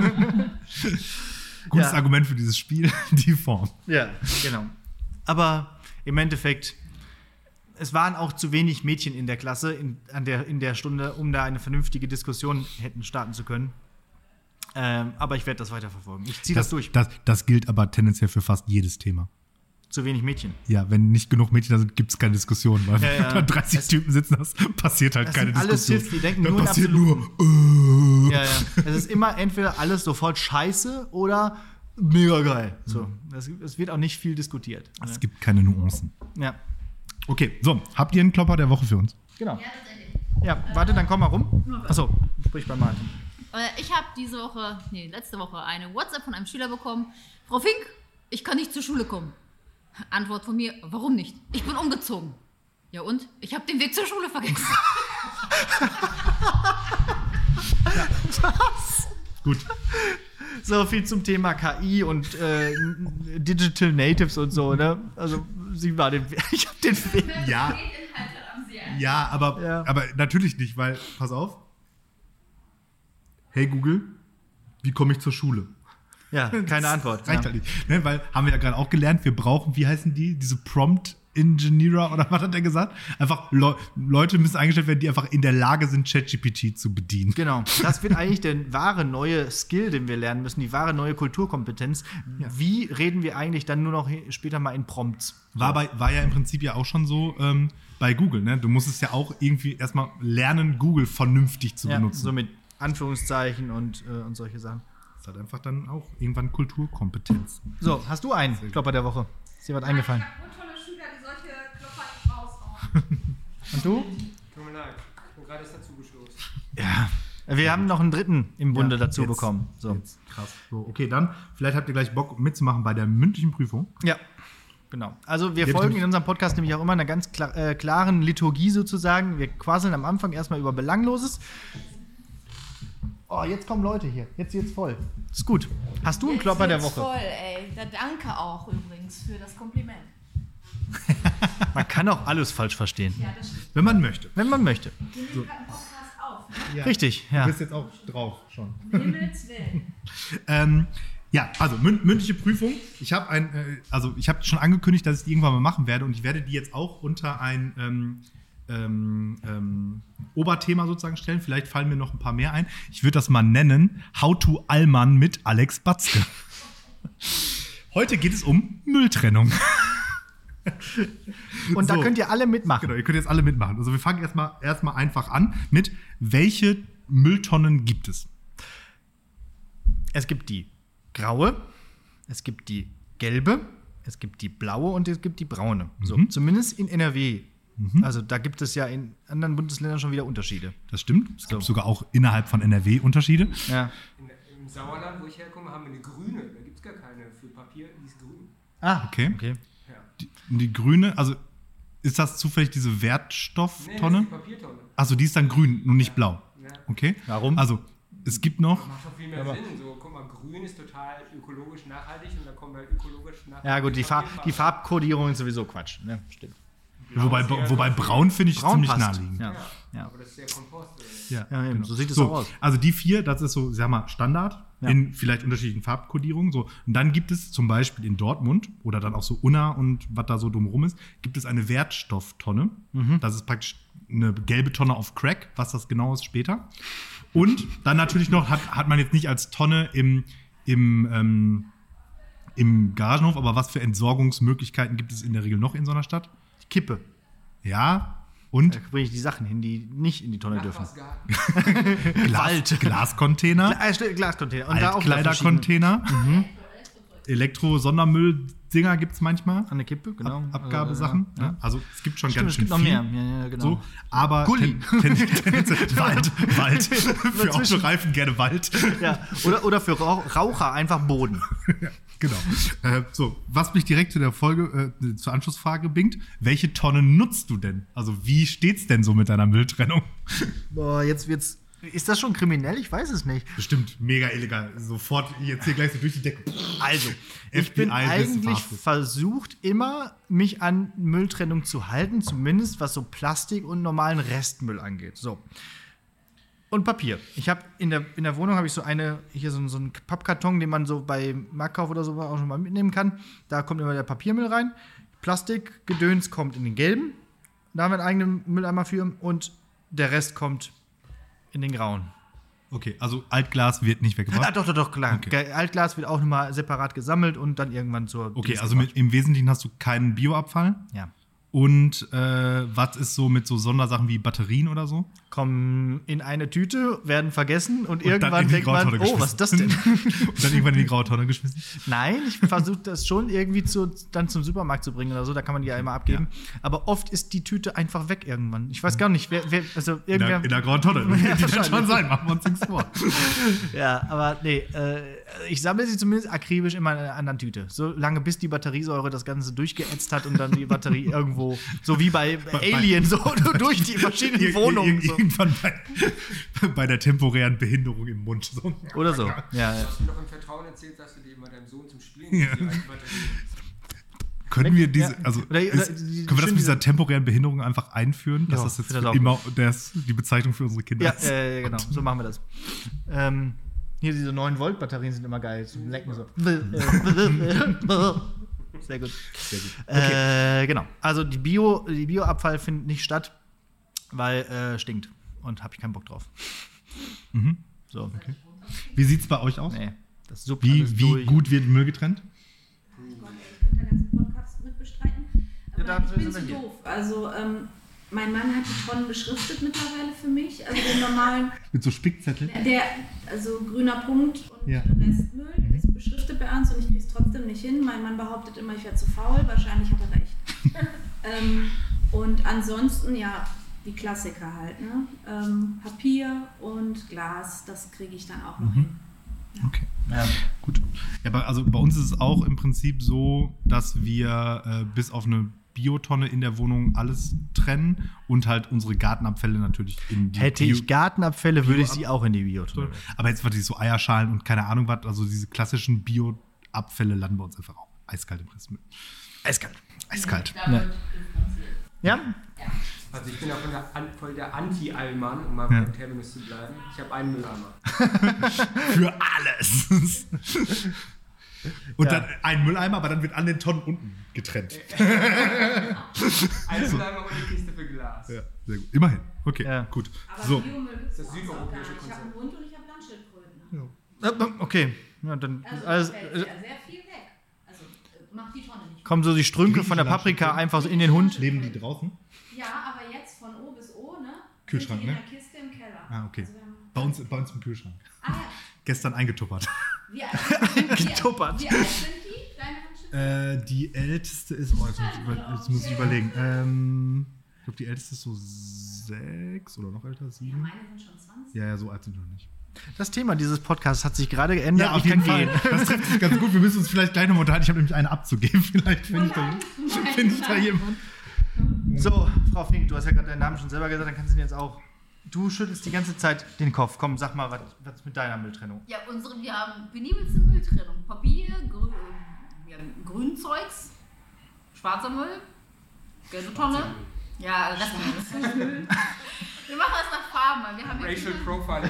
Gutes Ja. Argument für dieses Spiel, die Form. Ja, genau. Aber im Endeffekt, es waren auch zu wenig Mädchen in der Klasse in, an der, in der Stunde, um da eine vernünftige Diskussion hätten starten zu können. Ähm, aber ich werde das weiterverfolgen. Ich ziehe das, Das, durch. das, das gilt aber tendenziell für fast jedes Thema. Zu wenig Mädchen. Ja, wenn nicht genug Mädchen da sind, gibt es keine Diskussion. Weil Ja, wenn ja. du da dreißig Es- Typen sitzen hast, passiert halt Das keine sind alles Diskussion. Sith, die denken da nur in passiert Absoluten. nur. Äh. Ja, ja. Es ist immer entweder alles sofort scheiße oder mega geil. So. Es, es wird auch nicht viel diskutiert. Es gibt keine Nuancen. Ja, Okay, so, habt ihr einen Klopper der Woche für uns? genau. Ja, tatsächlich. Ja, warte, dann komm mal rum. Achso, sprich bei Martin. Äh, Ich habe diese Woche, nee, letzte Woche eine WhatsApp von einem Schüler bekommen. Frau Fink, ich kann nicht zur Schule kommen. Antwort von mir, warum nicht? Ich bin umgezogen. Ja und? Ich habe den Weg zur Schule vergessen. Gut. So viel zum Thema K I und äh, Digital Natives und so, ne? Also, sie war den ich hab den Weg. Ja, Inhalte am See. ja, aber, Ja. aber natürlich nicht, weil, pass auf. Hey Google, wie komme ich zur Schule? Ja, keine Antwort. Reicht Ja. halt nicht. Ne? Weil, haben wir ja gerade auch gelernt, wir brauchen, wie heißen die? Diese Prompt Engineer oder was hat er gesagt? Einfach Leu- Leute müssen eingestellt werden, die einfach in der Lage sind, ChatGPT zu bedienen. Genau. Das wird eigentlich der wahre neue Skill, den wir lernen müssen, die wahre neue Kulturkompetenz. Wie reden wir eigentlich dann nur noch später mal in Prompts? War, bei, war ja im Prinzip ja auch schon so ähm, bei Google. Ne? Du musstest ja auch irgendwie erstmal lernen, Google vernünftig zu Ja, benutzen. so mit Anführungszeichen und, äh, und solche Sachen. Das ist halt einfach dann auch irgendwann Kulturkompetenz. So, hast du einen Klopper der Woche? Ist dir was eingefallen? Ich habe nur tolle Schüler, die solche Klopper nicht raushauen. Und du? Tut mir leid, ich bin gerade erst dazu gestoßen. Ja. Wir haben noch einen dritten im Bunde Ja, dazu jetzt- bekommen. So. Jetzt, krass. So, okay, dann, vielleicht habt ihr gleich Bock mitzumachen bei der mündlichen Prüfung. Ja, genau. Also wir Ja, folgen bitte. in unserem Podcast nämlich auch immer einer ganz klar, äh, klaren Liturgie sozusagen. Wir quasseln am Anfang erstmal über Belangloses. Oh, jetzt kommen Leute hier. Jetzt wird's voll. Ist gut. Hast du einen Klopper der Woche? Voll, ey. Da danke auch übrigens für das Kompliment. Man kann auch alles falsch verstehen, Ja, das stimmt. Wenn man möchte. wenn man möchte. Wir nehmen gerade einen Podcast auf. Ne? Ja. Richtig, Du ja. bist jetzt auch drauf schon. Himmels Willen. Ähm, ja, also mün- mündliche Prüfung. Ich habe ein, äh, also ich habe schon angekündigt, dass ich die irgendwann mal machen werde und ich werde die jetzt auch unter ein ähm, ähm, ähm, Oberthema sozusagen stellen. Vielleicht fallen mir noch ein paar mehr ein. Ich würde das mal nennen: How to Allmann mit Alex Batzke. Heute geht es um Mülltrennung. Und da So. könnt ihr alle mitmachen. Genau, ihr könnt jetzt alle mitmachen. Also wir fangen erstmal erstmal einfach an mit: Welche Mülltonnen gibt es? Es gibt die graue, es gibt die gelbe, Es gibt die blaue und es gibt die braune. So, Mhm. zumindest in N R W. Also da gibt es ja in anderen Bundesländern schon wieder Unterschiede. Das stimmt. Es gibt sogar auch innerhalb von N R W Unterschiede. Ja. In, Im Sauerland, wo ich herkomme, haben wir eine grüne. Da gibt es gar keine für Papier, die ist grün. Ah, Okay. okay. Ja. Die, die grüne, also ist das zufällig diese Nee, das Wertstofftonne? ist die Papiertonne. Also die ist dann grün und nicht blau. Ja. Okay. Warum? Also es gibt noch. Macht doch viel mehr Sinn. So, guck mal, grün ist total ökologisch nachhaltig und da kommen halt ökologisch nachhaltig. Ja gut, die, Farb, die Farbkodierung ist sowieso Quatsch. Ne? Stimmt. Wobei, ist eher wobei so- braun finde ich Braun ziemlich passt. naheliegend. Ja. Ja, Ja. aber das ist der Kompost. Oder? Ja, Ja, eben, genau. so sieht es so, auch aus. Also die vier, das ist so, sag mal, Standard Ja. in vielleicht unterschiedlichen Farbkodierungen. So. Und dann gibt es zum Beispiel in Dortmund oder dann auch so Unna und was da so drumherum ist, gibt es eine Wertstofftonne. Mhm. Das ist praktisch eine gelbe Tonne auf Crack, was das genau ist später. Und dann natürlich noch, hat, hat man jetzt nicht als Tonne im, im, ähm, im Garagenhof, aber was für Entsorgungsmöglichkeiten gibt es in der Regel noch in so einer Stadt? Die Kippe. Ja, und Da bringe ich die Sachen hin, die nicht in die Tonne dürfen. Nachbarsgarten. Glas, Glascontainer. Gla- äh, stimmt, Glascontainer. Und da auch wieder verschiedene- Altkleidercontainer. Elektro-Sondermüll-Dinger gibt es manchmal. An der Kippe, genau. Ab Abgabesachen. Also, ja. Ja. Also es gibt schon Stimmt, ganz es schön gibt noch viel. mehr. Ja, ja, genau. So, aber Gulli. ten, ten, ten, Wald, Wald. Für Dazwischen. Autoreifen gerne Wald. Ja. Oder, oder für Rauch, Raucher einfach Boden. Ja, genau. Äh, so, was mich direkt zu der Folge, äh, zur Anschlussfrage bringt, welche Tonne nutzt du denn? Also wie steht's denn so mit deiner Mülltrennung? Boah, jetzt wird's. Ist das schon kriminell? Ich weiß es nicht. Bestimmt mega illegal. Sofort jetzt hier gleich so durch die Decke. Also, ich bin F B I eigentlich verhaftet. versucht, immer mich an Mülltrennung zu halten, zumindest was so Plastik und normalen Restmüll angeht. So. Und Papier. Ich habe in der, in der Wohnung habe ich so eine, hier so, so einen Pappkarton, den man so bei Marktkauf oder so auch schon mal mitnehmen kann. Da kommt immer der Papiermüll rein. Plastikgedöns kommt in den gelben. Da haben wir einen eigenen Mülleimer für. Und der Rest kommt in den grauen. Okay, also Altglas wird nicht Ah, weggebracht. doch, doch, doch, klar. Okay. Ge- Altglas wird auch nochmal separat gesammelt und dann irgendwann zur. Okay, Dings also gebracht. mit, im Wesentlichen hast du keinen Bioabfall. Ja. Und äh, was ist so mit so Sondersachen wie Batterien oder so? Kommen in eine Tüte, werden vergessen und, Und dann irgendwann in die denkt man, Grautonne oh, was ist das denn? geschmissen. Und dann irgendwann in die Grautonne geschmissen. Nein, ich versuche das schon irgendwie zu, dann zum Supermarkt zu bringen oder so, da kann man die ja immer abgeben. Aber oft ist die Tüte einfach weg irgendwann. Ich weiß gar nicht, wer, wer also In irgendwer. der, in der Grautonne. Ja, Die wird wahrscheinlich. schon sein, machen wir uns nichts vor. Ja, aber nee, äh, ich sammle sie zumindest akribisch immer in einer anderen Tüte. So lange, bis die Batteriesäure das Ganze durchgeätzt hat und dann die Batterie irgendwo, so wie bei Alien, so durch die verschiedenen Ir- ir- Wohnungen. So. Irgendwann bei, bei der temporären Behinderung im Mund. So. Oder so. Ja, ja. Du hast mir doch im Vertrauen erzählt, dass du dir immer deinem Sohn zum Spielen Ja. die alte Batterie- Können wir diese, Ja. also Oder- oder ist, die- können wir schön das mit diese- dieser temporären Behinderung einfach einführen? Dass Ja, das jetzt finde das für auch immer das, die Bezeichnung für unsere Kinder Ja, ist? äh, genau, so machen wir das. Ähm, hier diese neun Volt Batterien sind immer geil, zum Lecken so. Sehr gut. Sehr gut. Äh, genau. Also die Bio, die Bioabfall findet nicht statt, weil äh, stinkt und habe ich keinen Bock drauf. Mhm. So. Wie sieht es bei euch aus? Nee, das suppt alles Wie, wie durch. gut wird Müll getrennt? Ich könnte den ganzen Podcast mit bestreiten. Ja, Aber dafür ich bin sind zu wir hier. doof. Also, ähm, mein Mann hat die Tonnen beschriftet mittlerweile für mich. Also den normalen, Mit so Spickzettel? der, also grüner Punkt und Ja. Restmüll ist beschriftet bei uns und ich kriege es trotzdem nicht hin. Mein Mann behauptet immer, ich wäre zu faul. Wahrscheinlich hat er recht. ähm, und ansonsten, ja, die Klassiker halt, ne? Ähm, Papier und Glas, das kriege ich dann auch noch hin. Okay. Ja. Gut. Ja, aber also bei uns ist es auch im Prinzip so, dass wir äh, bis auf eine Biotonne in der Wohnung alles trennen und halt unsere Gartenabfälle natürlich in die Hätte Bio- ich Gartenabfälle, würde ich sie auch in die Biotonne. Aber jetzt wirklich so Eierschalen und keine Ahnung was, also diese klassischen Bioabfälle landen bei uns einfach auch eiskalt im Restmüll. Eiskalt. Eiskalt. Ja. Ja? Also ich bin ja von der, An- voll der Anti-Allmann, um mal Ja. beim Terminus zu bleiben. Ich habe einen Mülleimer. Für alles. Und Ja. dann ein Mülleimer, aber dann wird an den Tonnen unten getrennt. Ein Mülleimer und eine Kiste für Glas. Ja, sehr gut. Immerhin. Okay, Ja. gut. Aber So. Biomüll gibt es Das bei uns auch gar südeuropäische nicht. Ich habe einen Konzept. Hund und ich habe Landschildkröten. Äh, Okay. Ja, dann Also, alles, da fällt äh, sehr, sehr viel weg. Also äh, macht die Tonne nicht. kommen so die Strünke von der Paprika einfach so in den Hund. Leben die draußen? Ja, aber jetzt von O bis O, ne? Kühlschrank, sind die ne? in der Kiste im Keller. Ah, okay. Also wir haben, Bei uns, bei uns im Kühlschrank. ah ja. Gestern eingetuppert. Wie alt, wie, Getuppert. wie alt sind die, deine Landschildkröten? Äh, die älteste ist, oh, jetzt, muss ich über, jetzt muss ich überlegen. Ähm, ich glaube, die älteste ist so sechs oder noch älter, sieben. Meine sind schon zwanzig. Ja, ja, so alt sind wir noch nicht. Das Thema dieses Podcasts hat sich gerade geändert. Ja, auf Ich jeden kann Fall. gehen. Das trifft sich ganz gut. Wir müssen uns vielleicht gleich noch unterhalten. Ich habe nämlich eine abzugeben. Vielleicht finde ich, da, find ich da jemanden. So, Frau Fink, du hast ja gerade deinen Namen schon selber gesagt, dann kannst du ihn jetzt auch. Du schüttelst die ganze Zeit den Kopf. Komm, sag mal, was, was ist mit deiner Mülltrennung? Ja, unsere, wir haben penibelste Mülltrennung. Papier, grü wir haben Grünzeugs, schwarzer Müll, gelbe Tonne. Ja, Restmüll. Wir machen das nach Farben, weil wir haben ja Racial viele- Profiling.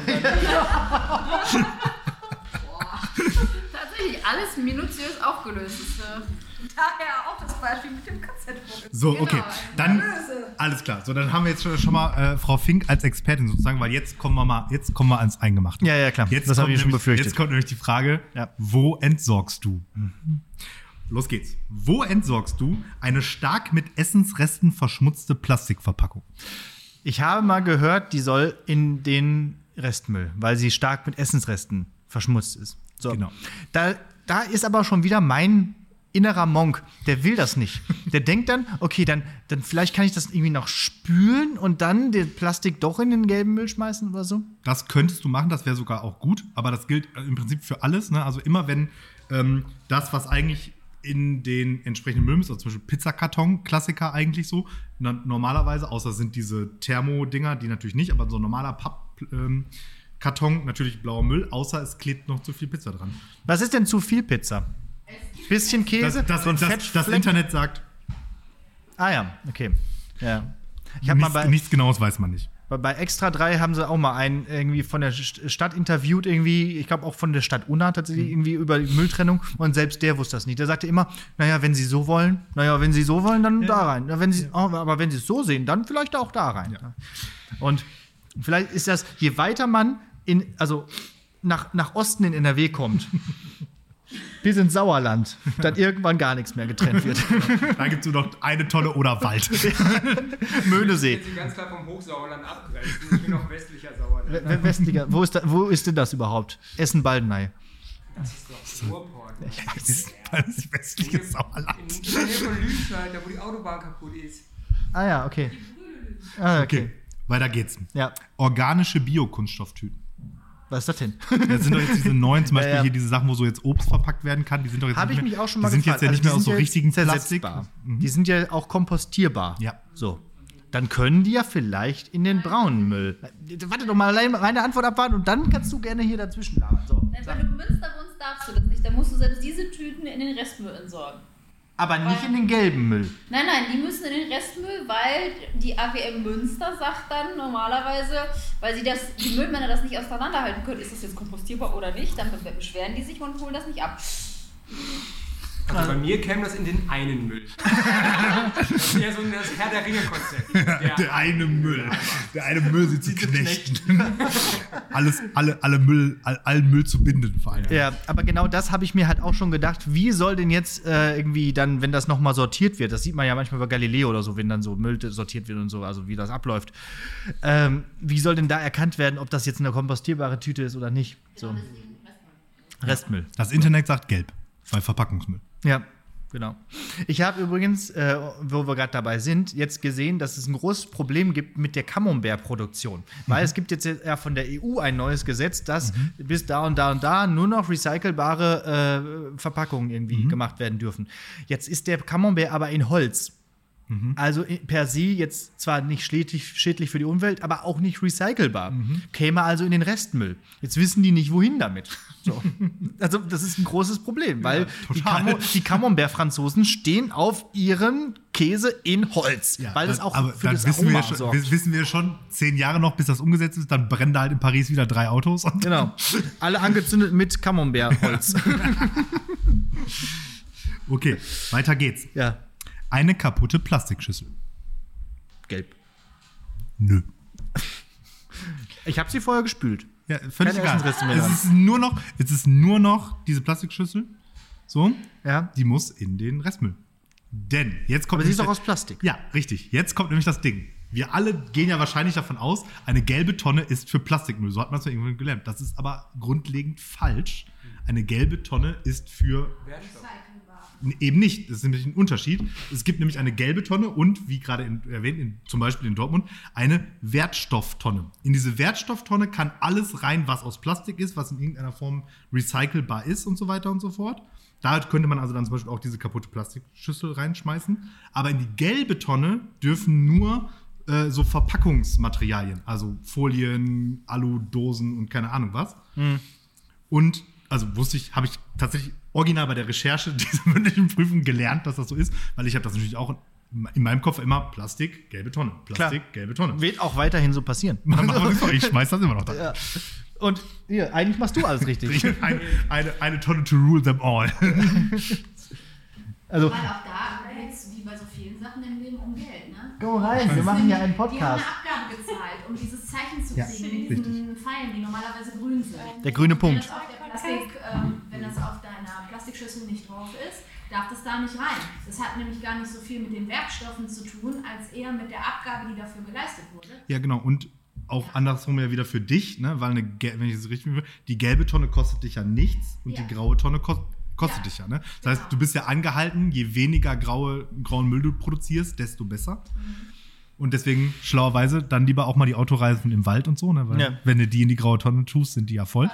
Boah. Tatsächlich alles minutiös aufgelöst. Ist, äh, Daher auch das Beispiel mit dem K Z-Druck. So, Genau. okay. Dann, alles klar. So, dann haben wir jetzt schon, schon mal äh, Frau Fink als Expertin sozusagen, weil jetzt kommen wir mal, jetzt kommen wir ans Eingemachte. Ja, ja, klar. Jetzt Das habe kommt ich schon nämlich- befürchtet. Jetzt kommt nämlich die Frage, Ja. wo entsorgst du? Los geht's. Wo entsorgst du eine stark mit Essensresten verschmutzte Plastikverpackung? Ich habe mal gehört, die soll in den Restmüll, weil sie stark mit Essensresten verschmutzt ist. So. Genau. Da, da ist aber schon wieder mein innerer Monk, der will das nicht. Der denkt dann, okay, dann, dann vielleicht kann ich das irgendwie noch spülen und dann den Plastik doch in den gelben Müll schmeißen oder so. Das könntest du machen, das wäre sogar auch gut, aber das gilt äh, im Prinzip für alles. Ne? Also immer wenn ähm, das, was eigentlich in den entsprechenden Müll ist, also zum Beispiel Pizzakarton, Klassiker eigentlich so, na, normalerweise, außer sind diese Thermodinger, die natürlich nicht, aber so ein normaler Pappkarton, ähm, natürlich blauer Müll, außer es klebt noch zu viel Pizza dran. Was ist denn zu viel Pizza? Bisschen Käse, Das, das, so ein das, Fettfleck? das Internet sagt, Ah ja, okay. Ja. Ich habe mal nichts, bei, nichts Genaues weiß man nicht. bei, bei Extra drei haben sie auch mal einen irgendwie von der St- Stadt interviewt, irgendwie, ich glaube auch von der Stadt Unna tatsächlich, irgendwie über die Mülltrennung. Und selbst der wusste das nicht. Der sagte immer, naja, wenn Sie so wollen, naja, wenn Sie so wollen, dann da rein. Ja, wenn Sie, oh, aber wenn Sie es so sehen, dann vielleicht auch da rein. Ja. Und vielleicht ist das, je weiter man in, also nach, nach Osten in N R W kommt, bis ins Sauerland, dann irgendwann gar nichts mehr getrennt wird. Da gibt es nur noch eine Tonne oder Wald. Möhnesee. Jetzt ganz klar vom Hochsauerland abgrenzen. Ich bin noch westlicher Sauerland. We- Westlicher, wo ist, da, wo ist denn das überhaupt? Essen-Baldeney. Das ist doch Ruhrport. Das ist das westliche Sauerland. In der Nähe von Lüdenscheid, da wo die Autobahn kaputt ist. Ah ja, okay. Ah, okay. Okay, weiter geht's. Ja, Organische Biokunststofftüten. was ist das denn? Das sind doch jetzt diese neuen, zum Beispiel Ja, ja. hier diese Sachen, wo so jetzt Obst verpackt werden kann. Die sind doch jetzt Habe nicht ich mehr, mich auch schon mal Die sind gefragt. jetzt ja nicht Also mehr aus die so sind ja richtigen zersetzbar. Plastik. Die sind ja auch kompostierbar. Ja. So. Dann können die ja vielleicht in den braunen Müll. Warte doch mal, allein meine Antwort abwarten und dann kannst du gerne hier dazwischen labern. So. Wenn du in Münster wohnst, darfst du das nicht. Dann musst du selbst diese Tüten in den Restmüll entsorgen. Aber nicht in den gelben Müll. Nein, nein, die müssen in den Restmüll, weil die A W M Münster sagt dann normalerweise, weil sie das, die Müllmänner das nicht auseinanderhalten können, ist das jetzt kompostierbar oder nicht, dann beschweren die sich und holen das nicht ab. Also bei mir käme das in den einen Müll. Das ist ja so das Herr der Ringe-Konzept. Der, Der eine Müll. Der eine Müll sie zu knechten. Alles, alle, alle Müll, all, allen Müll zu binden vor allem. Ja, aber genau das habe ich mir halt auch schon gedacht. Wie soll denn jetzt äh, irgendwie dann, wenn das nochmal sortiert wird, das sieht man ja manchmal bei Galileo oder so, wenn dann so Müll sortiert wird und so, also wie das abläuft. Ähm, wie soll denn da erkannt werden, ob das jetzt eine kompostierbare Tüte ist oder nicht? So. Restmüll. Das Internet sagt gelb, bei Verpackungsmüll. Ja, genau. Ich habe übrigens, äh, wo wir gerade dabei sind, jetzt gesehen, dass es ein großes Problem gibt mit der Camembert-Produktion. Weil es gibt jetzt ja von der E U ein neues Gesetz, dass bis da und da und da nur noch recycelbare äh, Verpackungen irgendwie gemacht werden dürfen. Jetzt ist der Camembert aber in Holz. Also per se jetzt zwar nicht schädlich, schädlich für die Umwelt, aber auch nicht recycelbar. Käme also in den Restmüll. Jetzt wissen die nicht, wohin damit. So. Also das ist ein großes Problem, weil Ja, die, total. Camo, die Camembert-Franzosen stehen auf ihren Käse in Holz, weil es auch aber für dann das wissen wir, Aroma schon, sorgt. wiss- wissen wir schon, zehn Jahre noch, bis das umgesetzt ist, dann brennen da halt in Paris wieder drei Autos. Und Genau. Alle angezündet mit Camembert-Holz. Okay, weiter geht's. Ja, Eine kaputte Plastikschüssel. gelb. Nö. Ich habe sie vorher gespült. Ja, völlig Keine egal. Essensreste mehr Es dran. ist nur noch, es ist nur noch diese Plastikschüssel. So, Ja. die muss in den Restmüll. Denn jetzt kommt Aber sie ist nämlich doch der- aus Plastik. Ja, richtig. Jetzt kommt nämlich das Ding. wir alle gehen ja wahrscheinlich davon aus, eine gelbe Tonne ist für Plastikmüll. So hat man es ja irgendwo gelernt. Das ist aber grundlegend falsch. Eine gelbe Tonne ist für eben nicht. Das ist nämlich ein Unterschied. Es gibt nämlich eine gelbe Tonne und, wie gerade in, erwähnt, in, zum Beispiel in Dortmund, eine Wertstofftonne. In diese Wertstofftonne kann alles rein, was aus Plastik ist, was in irgendeiner Form recycelbar ist und so weiter und so fort. Da könnte man also dann zum Beispiel auch diese kaputte Plastikschüssel reinschmeißen. Aber in die gelbe Tonne dürfen nur äh, so Verpackungsmaterialien, also Folien, Aludosen und keine Ahnung was. Mhm. Und, also wusste ich, habe ich tatsächlich original bei der Recherche dieser mündlichen Prüfung gelernt, dass das so ist, weil ich habe das natürlich auch in meinem Kopf immer Plastik, gelbe Tonne, Plastik, Klar. gelbe Tonne. Wird auch weiterhin so passieren. Ich schmeiß das immer noch da. Ja. Und hier, eigentlich machst du alles richtig. eine, eine, eine Tonne to rule them all. Also, Weil auch da geht es wie bei so vielen Sachen im Leben um Geld, ne? komm rein, Das wir ist machen nämlich- hier einen Die haben Podcast. eine Abgabe gezahlt, um dieses Zeichen zu Ja, kriegen, mit diesen Pfeilen, die normalerweise grün sind. Der grüne Wenn Punkt. das auf der Plastik, ähm, wenn das auf deiner Plastikschüssel nicht drauf ist, darf das da nicht rein. Das hat nämlich gar nicht so viel mit den Werkstoffen zu tun, als eher mit der Abgabe, die dafür geleistet wurde. Ja, genau. Und auch andersrum ja wieder für dich, ne? Weil eine, gel- wenn ich das richtig will, die gelbe Tonne kostet dich ja nichts und Ja. die graue Tonne kostet kostet Ja, dich ja, ne? Das heißt, genau. du bist ja angehalten, je weniger graue, grauen Müll du produzierst, desto besser. Und deswegen, schlauerweise, dann lieber auch mal die Autoreifen im Wald und so, ne? Weil Ja. wenn du die in die graue Tonne tust, sind die ja voll.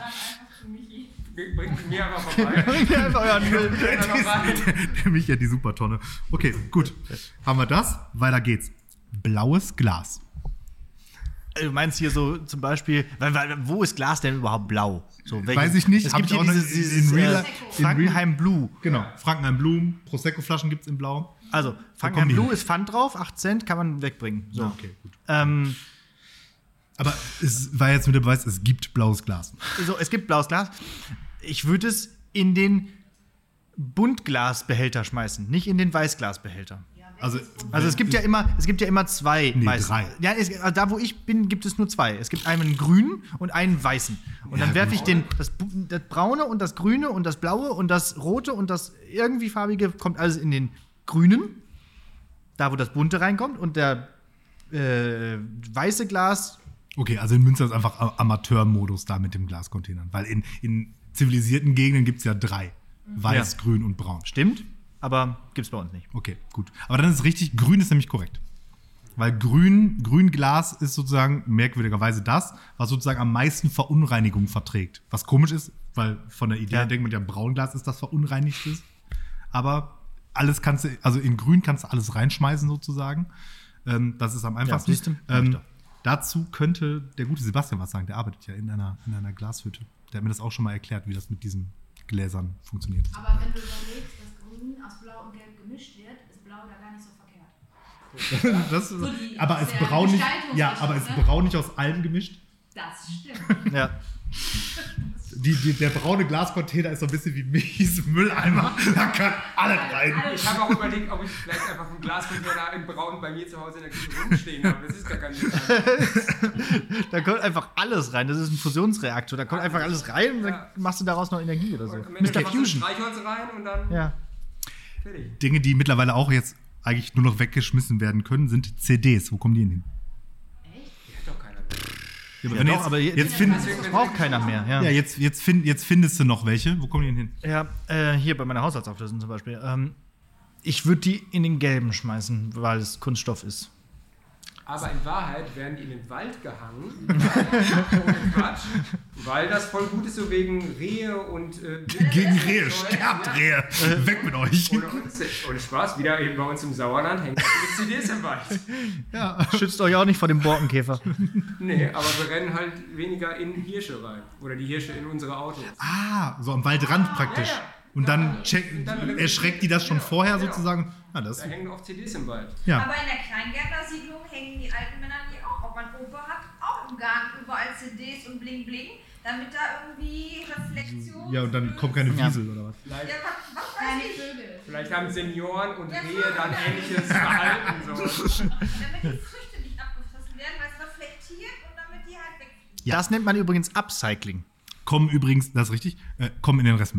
Bringt mir aber vorbei. Ja, einfach euren Müll. Da noch rein. Der Michi hat die Supertonne. Okay, gut. Haben wir das? Weiter geht's. Blaues Glas. Du meinst hier so zum Beispiel, weil, weil, wo ist Glas denn überhaupt blau? So, welches- Weiß ich nicht, Es hab gibt ich hier auch noch dieses, in- dieses in real- äh, in real- Frankenheim Blue. Genau. Frankenheim Blumen, Prosecco-Flaschen gibt's in Blau. Also, kommen Frankenheim die Blue hin? ist Pfand drauf, acht Cent, kann man wegbringen. So. Okay, gut. Ähm, Aber es war jetzt mit der Beweis, es gibt blaues Glas. so, es gibt blaues Glas. Ich würde es in den Buntglasbehälter schmeißen, nicht in den Weißglasbehälter. Also, Also es gibt ja immer, es gibt ja immer zwei. Nee, meist- drei. Ja, es, also da wo ich bin, gibt es nur zwei. Es gibt einen grünen und einen weißen. Und Ja, dann werfe gut. ich den, das, Bu- das braune und das grüne und das blaue und das rote und das irgendwie farbige kommt alles in den grünen. Da wo das bunte reinkommt und der äh, weiße Glas. Okay, also in Münster ist einfach A- Amateurmodus da mit dem Glascontainern. Weil in, in zivilisierten Gegenden gibt es ja drei. Weiß, Ja. grün und braun. Stimmt, aber gibt's bei uns nicht. Okay, gut. Aber dann ist es richtig, grün ist nämlich korrekt. Weil grün, Grünglas ist sozusagen merkwürdigerweise das, was sozusagen am meisten Verunreinigung verträgt. Was komisch ist, weil von der Idee Ja. her denkt man ja, Braunglas ist das verunreinigste. Aber alles kannst du, also in grün kannst du alles reinschmeißen sozusagen. Ähm, das ist am einfachsten. siehst du? Hab ich ähm, doch. dazu könnte der gute Sebastian was sagen. Der arbeitet ja in einer, in einer Glashütte. Der hat mir das auch schon mal erklärt, wie das mit diesen Gläsern funktioniert. Aber wenn du überlegst, dass grün aus blau und gelb gemischt wird, ist blau da gar nicht so verkehrt. Das, die- aber ist der braun nicht, Gestaltungsrichtung, ja, aber ist ne? braun nicht aus allem gemischt? Das stimmt. Ja. Die, die, der braune Glascontainer ist so ein bisschen wie Michis Mülleimer. Da kann alles rein. Ich habe auch überlegt, ob ich vielleicht einfach einen Glascontainer in Braun bei mir zu Hause in der Küche rumstehen habe. Das ist gar kein Problem. Da kommt einfach alles rein. Das ist ein Fusionsreaktor. Da kommt einfach alles rein und dann Ja. machst du daraus noch Energie oder so. Am Ende Mister machst du Fusion. Streichholz rein und dann Ja. fertig. Dinge, die mittlerweile auch jetzt eigentlich nur noch weggeschmissen werden können, sind C Ds. Wo kommen die denn hin? Die hat doch keiner mehr. Ja, aber Ja, wenn doch, jetzt, aber jetzt, jetzt, find, das braucht keiner mehr. Ja, ja, jetzt, jetzt, find, jetzt findest du noch welche. Wo kommen die denn hin? ja äh, hier bei meiner Haushaltsauflösung zum Beispiel. Ähm, ich würde die in den gelben schmeißen, weil es Kunststoff ist. Aber in Wahrheit werden die in den Wald gehangen. Ohne Quatsch. Weil das voll gut ist, so wegen Rehe und. Äh, Gegen Rehe. so, Sterbt ja. Rehe. Weg mit euch. Ohne, uns, ohne Spaß, wieder eben bei uns im Sauerland hängen die C Ds im Wald. Ja. Schützt euch auch nicht vor dem Borkenkäfer. Nee, aber wir rennen halt weniger in Hirsche rein. Oder die Hirsche in unsere Autos. Ah, so am Waldrand praktisch. ja, ja. Und Ja, dann ja. check, Dann- erschreckt die das schon Ja, vorher ja. sozusagen. Ah, das, Da hängen auch C Ds im Wald. ja. Aber in der Kleingärtnersiedlung hängen die alten Männer die auch. Auch mein Opa hat auch im Garten überall C Ds und Bling Bling, damit da irgendwie Reflexion. Ja, und dann kommt keine Ja. Wiesel oder was? Vielleicht, Ja, was, was weiß Keine ich. Vögel. vielleicht haben Senioren und Ja, Rehe dann Vögel. ähnliches Verhalten. So. Damit die Früchte nicht abgefressen werden, weil es reflektiert und damit die halt wegfliegen. Ja. Das nennt man übrigens Upcycling. Kommen übrigens, das ist richtig, äh, kommen in den Restmüll.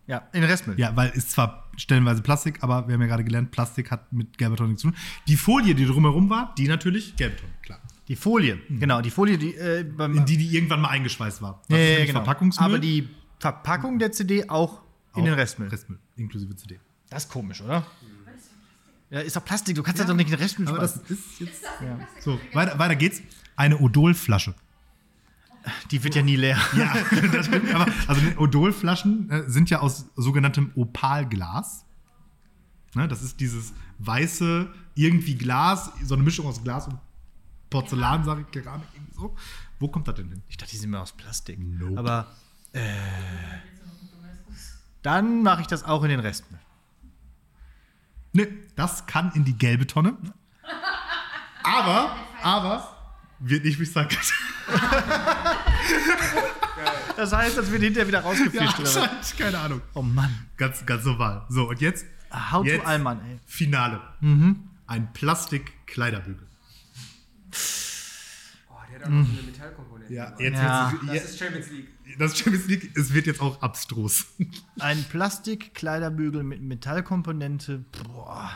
Ja, in den Restmüll. Ja, weil ist zwar stellenweise Plastik, aber wir haben ja gerade gelernt, Plastik hat mit gelber Tonne nichts zu tun. Die Folie, die drumherum war, die natürlich gelbe Tonne, klar. Die Folie, mhm. genau, die Folie, die äh, beim in die, die irgendwann mal eingeschweißt war. Das ja, ist ja, genau. Verpackungsmüll. Aber die Verpackung der C D auch in auch den Restmüll. Restmüll, inklusive C D. Das ist komisch, oder? Ja, ist doch Plastik, du kannst ja, das doch nicht in den Restmüll aber schmeißen. das ist jetzt. Ja. So, weiter, weiter geht's. Eine Odol-Flasche. Die wird ja nie leer. Ja, das stimmt. Aber, also Odol-Flaschen äh, sind ja aus sogenanntem Opalglas. Ne, das ist dieses weiße, irgendwie Glas, so eine Mischung aus Glas und Porzellan, sage ich, Keramik, irgendwie so. Wo kommt das denn hin? Ich dachte, die sind immer aus Plastik. Nope. Aber äh, dann mache ich das auch in den Restmüll. Ne, das kann in die gelbe Tonne. Aber, aber wird nicht recycelt. Das heißt, das wird hinterher wieder rausgefischt, Ja, oder was? keine Ahnung. Oh Mann. Ganz, ganz normal. So, und jetzt, How jetzt to Allmann, ey. Finale. Ein Plastik-Kleiderbügel. Oh, der hat auch noch so eine Metallkomponente. Ja, gemacht. jetzt Ja. wird's- Das jetzt- ist Champions League. das ist Champions League, es wird jetzt auch abstrus. Ein Plastik-Kleiderbügel mit Metallkomponente. Boah.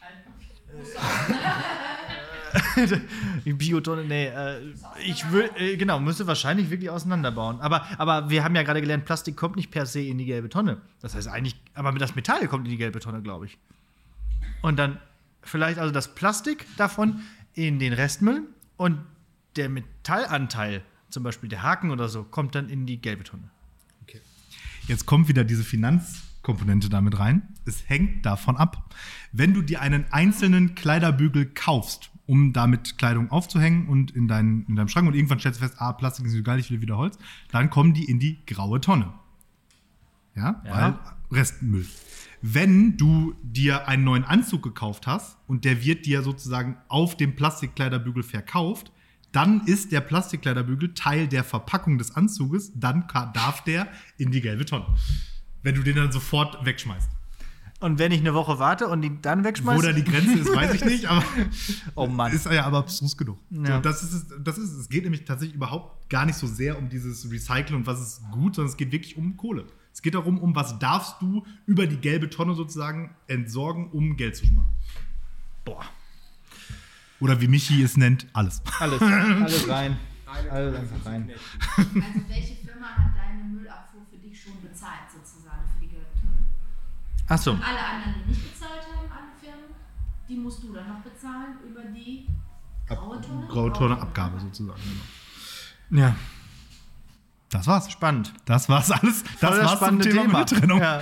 Die Biotonne, nee, äh, ich will, äh, genau, müsste wahrscheinlich wirklich auseinanderbauen. Aber, aber wir haben ja gerade gelernt, Plastik kommt nicht per se in die gelbe Tonne. Das heißt eigentlich, aber das Metall kommt in die gelbe Tonne, glaube ich. Und dann vielleicht also das Plastik davon in den Restmüll und der Metallanteil, zum Beispiel der Haken oder so, kommt dann in die gelbe Tonne. Okay. Jetzt kommt wieder diese Finanzkomponente damit rein. Es hängt davon ab, wenn du dir einen einzelnen Kleiderbügel kaufst, um damit Kleidung aufzuhängen und in, dein, in deinem Schrank und irgendwann stellst du fest, ah, Plastik ist so geil, ich will wieder Holz, dann kommen die in die graue Tonne. Ja, Ja. weil Restmüll. Wenn du dir einen neuen Anzug gekauft hast und der wird dir sozusagen auf dem Plastikkleiderbügel verkauft, dann ist der Plastikkleiderbügel Teil der Verpackung des Anzuges, dann ka- darf der in die gelbe Tonne. Wenn du den dann sofort wegschmeißt. Und wenn ich eine Woche warte und die dann wegschmeiße? Wo da die Grenze ist, weiß ich nicht, aber Oh Mann. ist ja aber abstrus genug. Ja. So, das ist es, das ist es. Es geht nämlich tatsächlich überhaupt gar nicht so sehr um dieses Recyceln und was ist gut, sondern es geht wirklich um Kohle. Es geht darum, um was darfst du über die gelbe Tonne sozusagen entsorgen, um Geld zu sparen. Boah. Oder wie Michi es nennt, alles. Alles, alles rein. Eine Alles Tonne einfach für rein. Knecht. Also welche Firma hat deine Müllabfuhr für dich schon bezahlt, sozusagen, für die gelbe Tonne? Ach so. Und alle anderen, die nicht bezahlt haben, alle Firmen, die musst du dann noch bezahlen über die graue Tonne? Graue Tonne Abgabe sozusagen. Genau. Ja, Das war's. spannend. Das war's alles. Das Voll war's zum spannende Thema, Mülltrennung. Ja.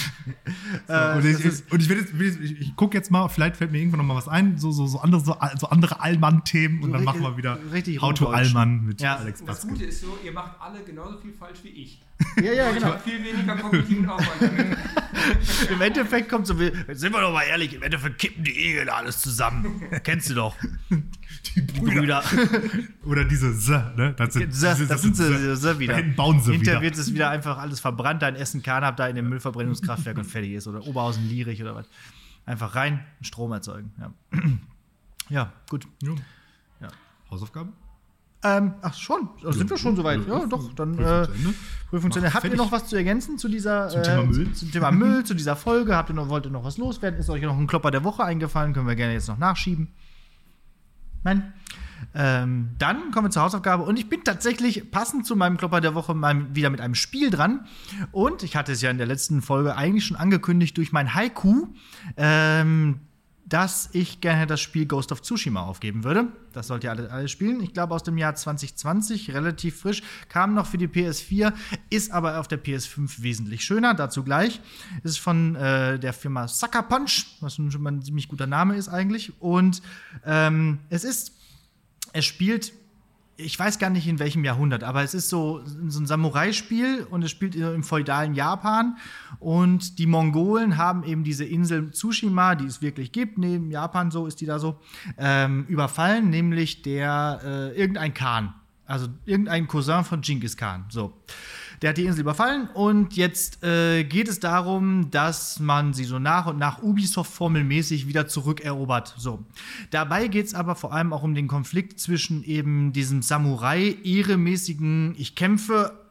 Und ich, ich, und ich, will jetzt, will jetzt, ich, ich gucke jetzt mal, vielleicht fällt mir irgendwann noch mal was ein, so, so, so andere, so, so andere Allmann-Themen und dann ri- machen wir wieder richtig How to Runddeutsch. Allmann mit Ja. Alex Und das Baske. Gute ist so, ihr macht alle genauso viel falsch wie ich. Ja, ja, Ich genau. habe viel weniger kognitiven Aufwand. Im Endeffekt kommt so, sind wir doch mal ehrlich, im Endeffekt kippen die Egel alles zusammen. Kennst du doch. Die Brüder. Oder diese S, ne? Das sind, Das, diese- das sind sie diese- so wieder. Da hinten bauen sie Hinterher wieder. wird es wieder einfach alles verbrannt, dein Essen Karnap da in dem Müllverbrennungskraftwerk und fertig ist. Oder Oberhausen Lierich oder was. Einfach rein und Strom erzeugen. Ja, ja gut. Ja. Ja. Hausaufgaben? Ähm, ach schon, da sind wir schon soweit. Ja, doch. Dann Prüfung äh, zu Ende. Prüfung zu Ende. Mach Habt ihr fertig. noch was zu ergänzen zu dieser Zum Thema äh, Müll? Zum Thema Müll, zu dieser Folge? Habt ihr noch, wollt ihr noch was loswerden? Ist euch noch ein Klopper der Woche eingefallen? Können wir gerne jetzt noch nachschieben. Nein? Ähm, dann kommen wir zur Hausaufgabe und ich bin tatsächlich passend zu meinem Klopper der Woche mal wieder mit einem Spiel dran. Und ich hatte es ja in der letzten Folge eigentlich schon angekündigt durch mein Haiku, ähm, dass ich gerne das Spiel Ghost of Tsushima aufgeben würde. Das sollt ihr alle, alle spielen. Ich glaube aus dem Jahr zwanzig zwanzig, relativ frisch, kam noch für die P S vier, ist aber auf der P S fünf wesentlich schöner, dazu gleich. Ist von äh, der Firma Sucker Punch, was schon mal ein ziemlich guter Name ist eigentlich. Und ähm, es ist, es spielt, ich weiß gar nicht in welchem Jahrhundert, aber es ist so, so ein Samurai-Spiel und es spielt im feudalen Japan. Und die Mongolen haben eben diese Insel Tsushima, die es wirklich gibt, neben Japan so ist die da so, ähm, überfallen, nämlich der äh, irgendein Khan. Also irgendein Cousin von Genghis Khan. So. Der hat die Insel überfallen und jetzt äh, geht es darum, dass man sie so nach und nach Ubisoft-formelmäßig wieder zurückerobert. So. Dabei geht es aber vor allem auch um den Konflikt zwischen eben diesem Samurai-ehremäßigen, ich kämpfe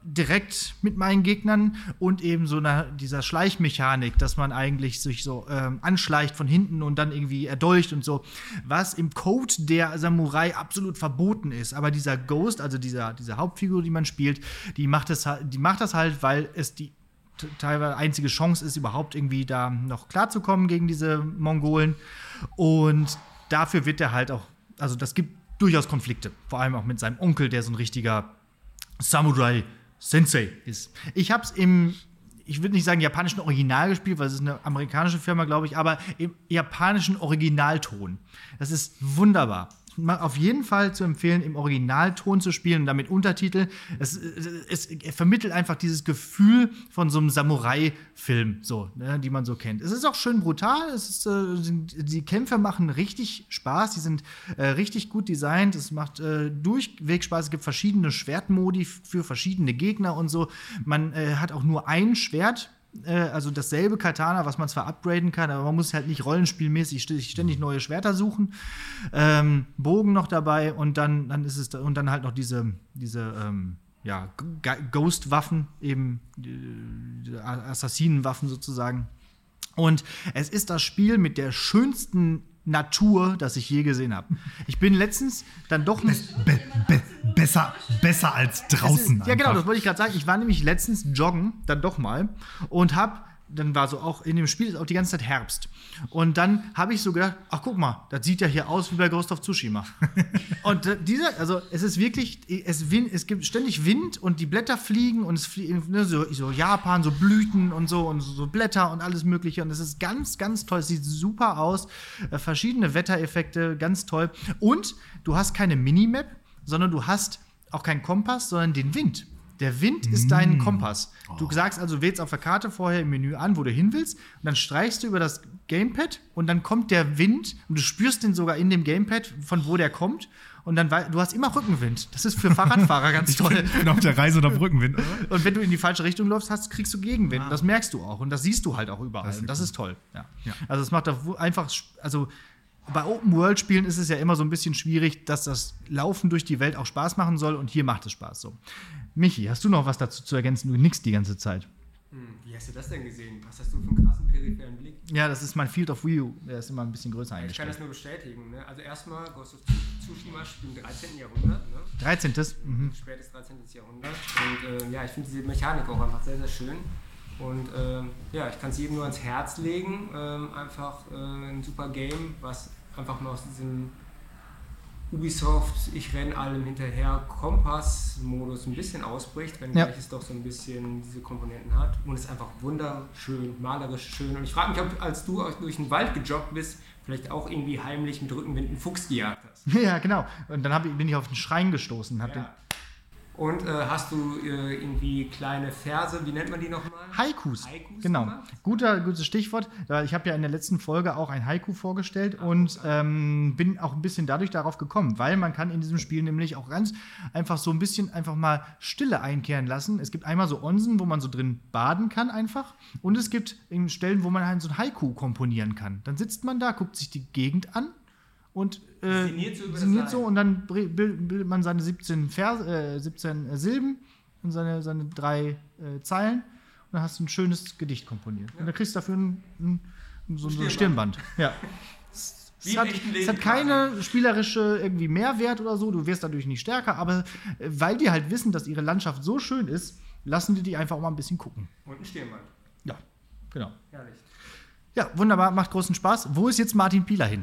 direkt mit meinen Gegnern und eben so einer, dieser Schleichmechanik, dass man eigentlich sich so ähm, anschleicht von hinten und dann irgendwie erdolcht und so, was im Code der Samurai absolut verboten ist. Aber dieser Ghost, also dieser, diese Hauptfigur, die man spielt, die macht, es, die macht das halt, weil es die t- teilweise einzige Chance ist, überhaupt irgendwie da noch klarzukommen gegen diese Mongolen. Und dafür wird er halt auch, also das gibt durchaus Konflikte, vor allem auch mit seinem Onkel, der so ein richtiger Samurai Sensei ist. Ich habe es im, ich würde nicht sagen japanischen Original gespielt, weil es ist eine amerikanische Firma, glaube ich, aber im japanischen Originalton. Das ist wunderbar. Auf jeden Fall zu empfehlen, im Originalton zu spielen und damit Untertitel. Es, es, es vermittelt einfach dieses Gefühl von so einem Samurai-Film, so, ne, die man so kennt. Es ist auch schön brutal. Es ist, äh, die Kämpfe machen richtig Spaß. Die sind äh, richtig gut designt. Es macht äh, durchweg Spaß. Es gibt verschiedene Schwertmodi für verschiedene Gegner und so. Man äh, hat auch nur ein Schwert. Also dasselbe Katana, was man zwar upgraden kann, aber man muss halt nicht rollenspielmäßig ständig neue Schwerter suchen. Ähm, Bogen noch dabei und dann, dann ist es und dann halt noch diese, diese ähm, ja, Ghost-Waffen, eben äh, Assassinenwaffen sozusagen. Und es ist das Spiel mit der schönsten Natur, das ich je gesehen habe. Ich bin letztens dann doch nicht. Be be besser, besser als draußen. Ist, ja, genau, das wollte ich gerade sagen. Ich war nämlich letztens joggen, dann doch mal, und hab, dann war so auch in dem Spiel ist auch die ganze Zeit Herbst. Und dann habe ich so gedacht, ach guck mal, das sieht ja hier aus wie bei Ghost of Tsushima. Und äh, dieser, also es ist wirklich, es, Wind, es gibt ständig Wind und die Blätter fliegen und es fliegen, ne, so, so Japan, so Blüten und so und so Blätter und alles Mögliche. Und es ist ganz, ganz toll. Es sieht super aus. Äh, verschiedene Wettereffekte, ganz toll. Und du hast keine Minimap, sondern du hast auch keinen Kompass, sondern den Wind. Der Wind ist dein Kompass. Du sagst also, wählst auf der Karte vorher im Menü an, wo du hin willst, und dann streichst du über das Gamepad und dann kommt der Wind und du spürst den sogar in dem Gamepad, von wo der kommt. Und dann, du hast immer Rückenwind. Das ist für Fahrradfahrer ganz toll. Ich bin auf der Reise oder auf Rückenwind. Oder? Und wenn du in die falsche Richtung läufst, hast, kriegst du Gegenwind. Ah. Das merkst du auch. Und das siehst du halt auch überall. Das ist, und das ist toll. Ja. Ja. Also es macht da einfach, also bei Open-World-Spielen ist es ja immer so ein bisschen schwierig, dass das Laufen durch die Welt auch Spaß machen soll. Und hier macht es Spaß. So. Michi, hast du noch was dazu zu ergänzen? Du nickst die ganze Zeit. Hm, wie hast du das denn gesehen? Was hast du für einen krassen peripheren Blick? Ja, das ist mein Field of View. Der ist immer ein bisschen größer eingestellt. Ich kann das nur bestätigen. Ne? Also erstmal, Ghost of Tsushima spielt im dreizehnten Jahrhundert. Ne? dreizehntes Mhm. Spätes dreizehntes Jahrhundert. Und äh, ja, ich finde diese Mechanik auch einfach sehr, sehr schön. Und äh, ja, ich kann es jedem nur ans Herz legen. Ähm, einfach äh, ein super Game, was einfach mal aus diesem Ubisoft, ich renne allem hinterher, Kompass-Modus ein bisschen ausbricht, wenn ja. es doch so ein bisschen diese Komponenten hat. Und es ist einfach wunderschön, malerisch schön. Und ich frage mich, ob, als du durch den Wald gejoggt bist, vielleicht auch irgendwie heimlich mit Rückenwind einen Fuchs gejagt hast. Ja, genau. Und dann hab ich, bin ich auf den Schrein gestoßen. Hab ja. den Und äh, hast du äh, irgendwie kleine Verse, wie nennt man die nochmal? Haikus. Haikus genau. Gemacht? Guter, gutes Stichwort. Ich habe ja in der letzten Folge auch ein Haiku vorgestellt ah, und ähm, bin auch ein bisschen dadurch darauf gekommen, weil man kann in diesem Spiel nämlich auch ganz einfach so ein bisschen einfach mal Stille einkehren lassen. Es gibt einmal so Onsen, wo man so drin baden kann einfach, und es gibt Stellen, wo man halt so ein Haiku komponieren kann. Dann sitzt man da, guckt sich die Gegend an und äh, sinniert so, sinniert so und dann bildet man seine siebzehn, Vers, äh, siebzehn Silben und seine, seine drei äh, Zeilen, und dann hast du ein schönes Gedicht komponiert. Ja. Und dann kriegst du dafür ein, ein, so, so ein Stirnband. Ja. Es, es, hat, es hat keine spielerische irgendwie Mehrwert oder so, du wirst dadurch nicht stärker, aber äh, weil die halt wissen, dass ihre Landschaft so schön ist, lassen die die einfach auch mal ein bisschen gucken. Und ein Stirnband. Ja, genau. Herrlich. Ja, wunderbar, macht großen Spaß. Wo ist jetzt Martin Pieler hin?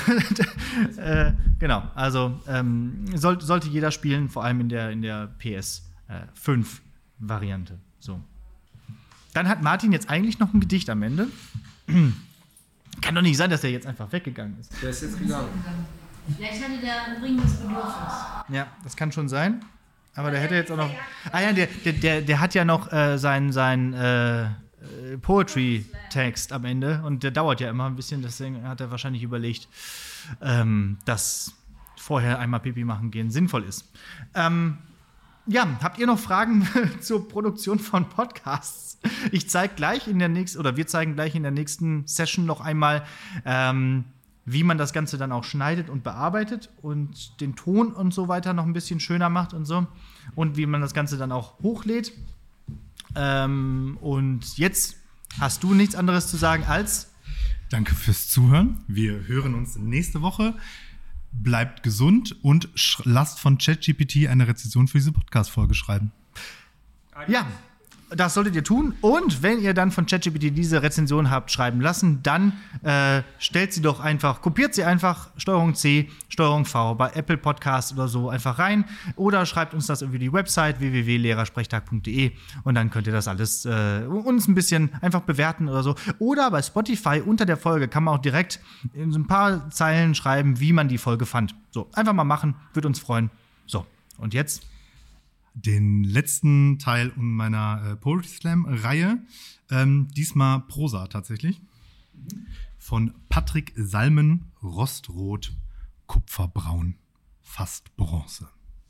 äh, genau, also ähm, soll, sollte jeder spielen, vor allem in der, in der P S fünf Variante. So. Dann hat Martin jetzt eigentlich noch ein Gedicht am Ende. Kann doch nicht sein, dass der jetzt einfach weggegangen ist. Der ist jetzt gegangen. Vielleicht hatte der ein dringendes Bedürfnis. Ja, das kann schon sein. Aber der hätte jetzt auch noch. Ah ja, der, der, der, der hat ja noch äh, sein, sein äh, Poetry-Text am Ende, und der dauert ja immer ein bisschen, deswegen hat er wahrscheinlich überlegt, ähm, dass vorher einmal Pipi machen gehen sinnvoll ist. Ähm, ja, habt ihr noch Fragen zur Produktion von Podcasts? Ich zeige gleich in der nächsten, oder wir zeigen gleich in der nächsten Session noch einmal, ähm, wie man das Ganze dann auch schneidet und bearbeitet und den Ton und so weiter noch ein bisschen schöner macht und so. Und wie man das Ganze dann auch hochlädt. Ähm, und jetzt hast du nichts anderes zu sagen als danke fürs Zuhören. Wir hören uns nächste Woche. Bleibt gesund und sch- lasst von ChatGPT eine Rezension für diese Podcast-Folge schreiben. ja. Das solltet ihr tun. Und wenn ihr dann von ChatGPT diese Rezension habt schreiben lassen, dann äh, stellt sie doch einfach, kopiert sie einfach Steuerung C, Steuerung V bei Apple Podcast oder so einfach rein. Oder schreibt uns das über die Website w w w punkt lehrersprechtag punkt d e und dann könnt ihr das alles äh, uns ein bisschen einfach bewerten oder so. Oder bei Spotify unter der Folge kann man auch direkt in so ein paar Zeilen schreiben, wie man die Folge fand. So, einfach mal machen, würde uns freuen. So, und jetzt den letzten Teil meiner äh, Poetry Slam-Reihe. Ähm, diesmal Prosa tatsächlich. Von Patrick Salmen, Rostrot, Kupferbraun, fast Bronze.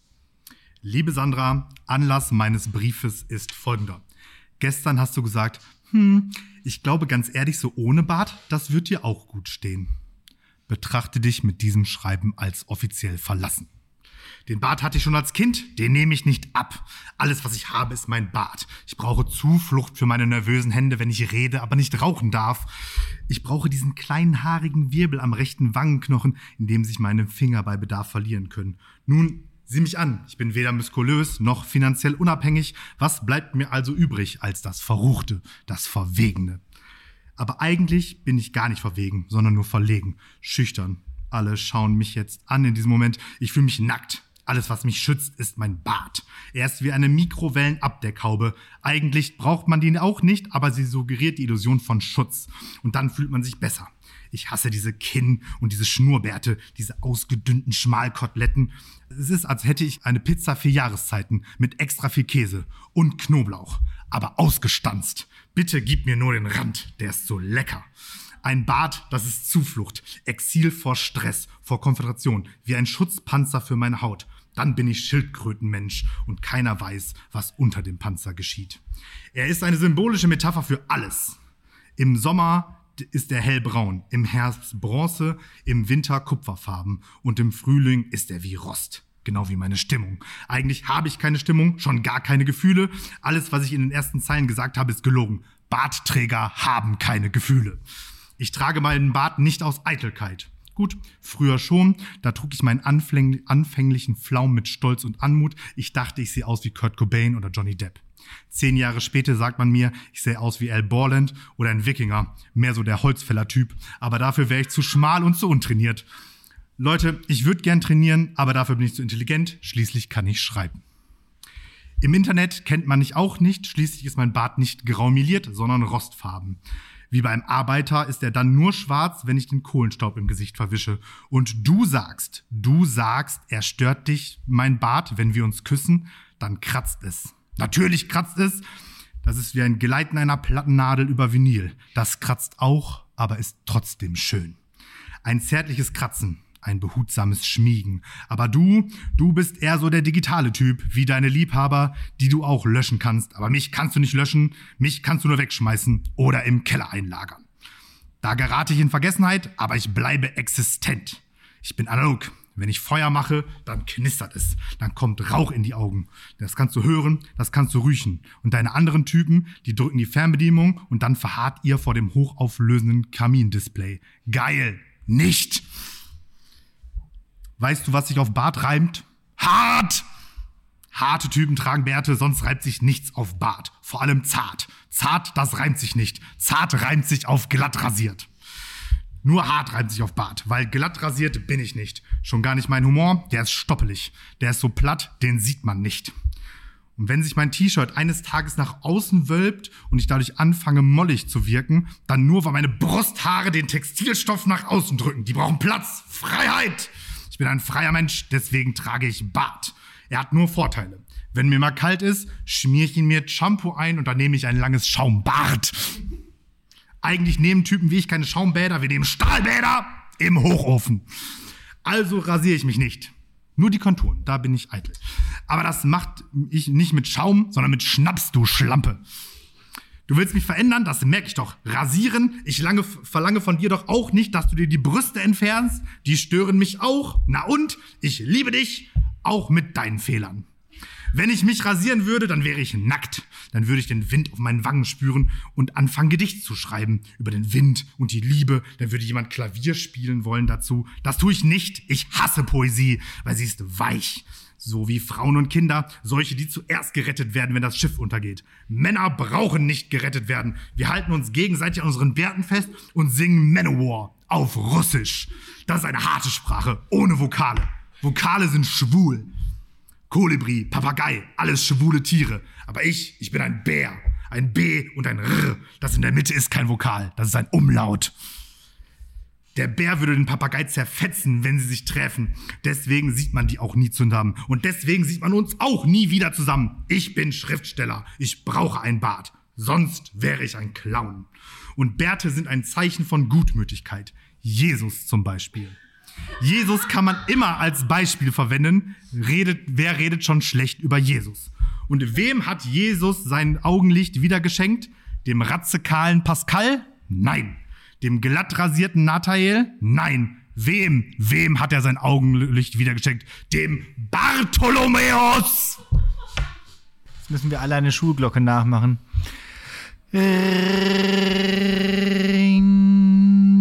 Liebe Sandra, Anlass meines Briefes ist folgender. Gestern hast du gesagt, hm, ich glaube ganz ehrlich, so ohne Bart, das wird dir auch gut stehen. Betrachte dich mit diesem Schreiben als offiziell verlassen. Den Bart hatte ich schon als Kind, den nehme ich nicht ab. Alles, was ich habe, ist mein Bart. Ich brauche Zuflucht für meine nervösen Hände, wenn ich rede, aber nicht rauchen darf. Ich brauche diesen kleinen haarigen Wirbel am rechten Wangenknochen, in dem sich meine Finger bei Bedarf verlieren können. Nun, sieh mich an, ich bin weder muskulös noch finanziell unabhängig. Was bleibt mir also übrig als das Verruchte, das Verwegene? Aber eigentlich bin ich gar nicht verwegen, sondern nur verlegen, schüchtern. Alle schauen mich jetzt an in diesem Moment. Ich fühle mich nackt. Alles, was mich schützt, ist mein Bart. Er ist wie eine Mikrowellenabdeckhaube. Eigentlich braucht man den auch nicht, aber sie suggeriert die Illusion von Schutz. Und dann fühlt man sich besser. Ich hasse diese Kinn- und diese Schnurrbärte, diese ausgedünnten Schmalkoteletten. Es ist, als hätte ich eine Pizza für Jahreszeiten mit extra viel Käse und Knoblauch, aber ausgestanzt. Bitte gib mir nur den Rand, der ist so lecker. Ein Bart, das ist Zuflucht, Exil vor Stress, vor Konfrontation, wie ein Schutzpanzer für meine Haut. Dann bin ich Schildkrötenmensch und keiner weiß, was unter dem Panzer geschieht. Er ist eine symbolische Metapher für alles. Im Sommer ist er hellbraun, im Herbst Bronze, im Winter Kupferfarben und im Frühling ist er wie Rost. Genau wie meine Stimmung. Eigentlich habe ich keine Stimmung, schon gar keine Gefühle. Alles, was ich in den ersten Zeilen gesagt habe, ist gelogen. Bartträger haben keine Gefühle. Ich trage meinen Bart nicht aus Eitelkeit. Gut, früher schon, da trug ich meinen anfäng- anfänglichen Flaum mit Stolz und Anmut. Ich dachte, ich sehe aus wie Kurt Cobain oder Johnny Depp. Zehn Jahre später sagt man mir, ich sehe aus wie Al Borland oder ein Wikinger. Mehr so der Holzfäller-Typ. Aber dafür wäre ich zu schmal und zu untrainiert. Leute, ich würde gern trainieren, aber dafür bin ich zu intelligent. Schließlich kann ich schreiben. Im Internet kennt man mich auch nicht. Schließlich ist mein Bart nicht graumeliert, sondern rostfarben. Wie beim Arbeiter ist er dann nur schwarz, wenn ich den Kohlenstaub im Gesicht verwische. Und du sagst, du sagst, er stört dich, mein Bart, wenn wir uns küssen, dann kratzt es. Natürlich kratzt es. Das ist wie ein Gleiten einer Plattennadel über Vinyl. Das kratzt auch, aber ist trotzdem schön. Ein zärtliches Kratzen, ein behutsames Schmiegen. Aber du, du bist eher so der digitale Typ, wie deine Liebhaber, die du auch löschen kannst. Aber mich kannst du nicht löschen, mich kannst du nur wegschmeißen oder im Keller einlagern. Da gerate ich in Vergessenheit, aber ich bleibe existent. Ich bin analog. Wenn ich Feuer mache, dann knistert es. Dann kommt Rauch in die Augen. Das kannst du hören, das kannst du riechen. Und deine anderen Typen, die drücken die Fernbedienung und dann verharrt ihr vor dem hochauflösenden Kamindisplay. Geil! Nicht! Weißt du, was sich auf Bart reimt? Hart! Harte Typen tragen Bärte, sonst reimt sich nichts auf Bart. Vor allem zart. Zart, das reimt sich nicht. Zart reimt sich auf glatt rasiert. Nur hart reimt sich auf Bart, weil glatt rasiert bin ich nicht. Schon gar nicht mein Humor, der ist stoppelig. Der ist so platt, den sieht man nicht. Und wenn sich mein T-Shirt eines Tages nach außen wölbt und ich dadurch anfange, mollig zu wirken, dann nur, weil meine Brusthaare den Textilstoff nach außen drücken. Die brauchen Platz, Freiheit. Ich bin ein freier Mensch, deswegen trage ich Bart. Er hat nur Vorteile. Wenn mir mal kalt ist, schmiere ich ihn mir Shampoo ein und dann nehme ich ein langes Schaumbad. Eigentlich nehmen Typen wie ich keine Schaumbäder, wir nehmen Stahlbäder im Hochofen. Also rasiere ich mich nicht. Nur die Konturen, da bin ich eitel. Aber das macht ich nicht mit Schaum, sondern mit Schnaps, du Schlampe. Du willst mich verändern? Das merke ich doch. Rasieren? Ich lange, verlange von dir doch auch nicht, dass du dir die Brüste entfernst. Die stören mich auch. Na und? Ich liebe dich, auch mit deinen Fehlern. Wenn ich mich rasieren würde, dann wäre ich nackt. Dann würde ich den Wind auf meinen Wangen spüren und anfangen, Gedicht zu schreiben über den Wind und die Liebe. Dann würde jemand Klavier spielen wollen dazu. Das tue ich nicht. Ich hasse Poesie, weil sie ist weich. So wie Frauen und Kinder, solche, die zuerst gerettet werden, wenn das Schiff untergeht. Männer brauchen nicht gerettet werden. Wir halten uns gegenseitig an unseren Bärten fest und singen Manowar auf Russisch. Das ist eine harte Sprache, ohne Vokale. Vokale sind schwul. Kolibri, Papagei, alles schwule Tiere. Aber ich, ich bin ein Bär. Ein B und ein R. Das in der Mitte ist kein Vokal, das ist ein Umlaut. Der Bär würde den Papagei zerfetzen, wenn sie sich treffen. Deswegen sieht man die auch nie zusammen. Und deswegen sieht man uns auch nie wieder zusammen. Ich bin Schriftsteller. Ich brauche ein Bart. Sonst wäre ich ein Clown. Und Bärte sind ein Zeichen von Gutmütigkeit. Jesus zum Beispiel. Jesus kann man immer als Beispiel verwenden. Redet, wer redet schon schlecht über Jesus? Und wem hat Jesus sein Augenlicht wieder geschenkt? Dem ratzekahlen Pascal? Nein. Dem glatt rasierten Nathanael? Nein. Wem? Wem hat er sein Augenlicht wieder geschenkt? Dem Bartholomäus! Jetzt müssen wir alle eine Schulglocke nachmachen. Ring.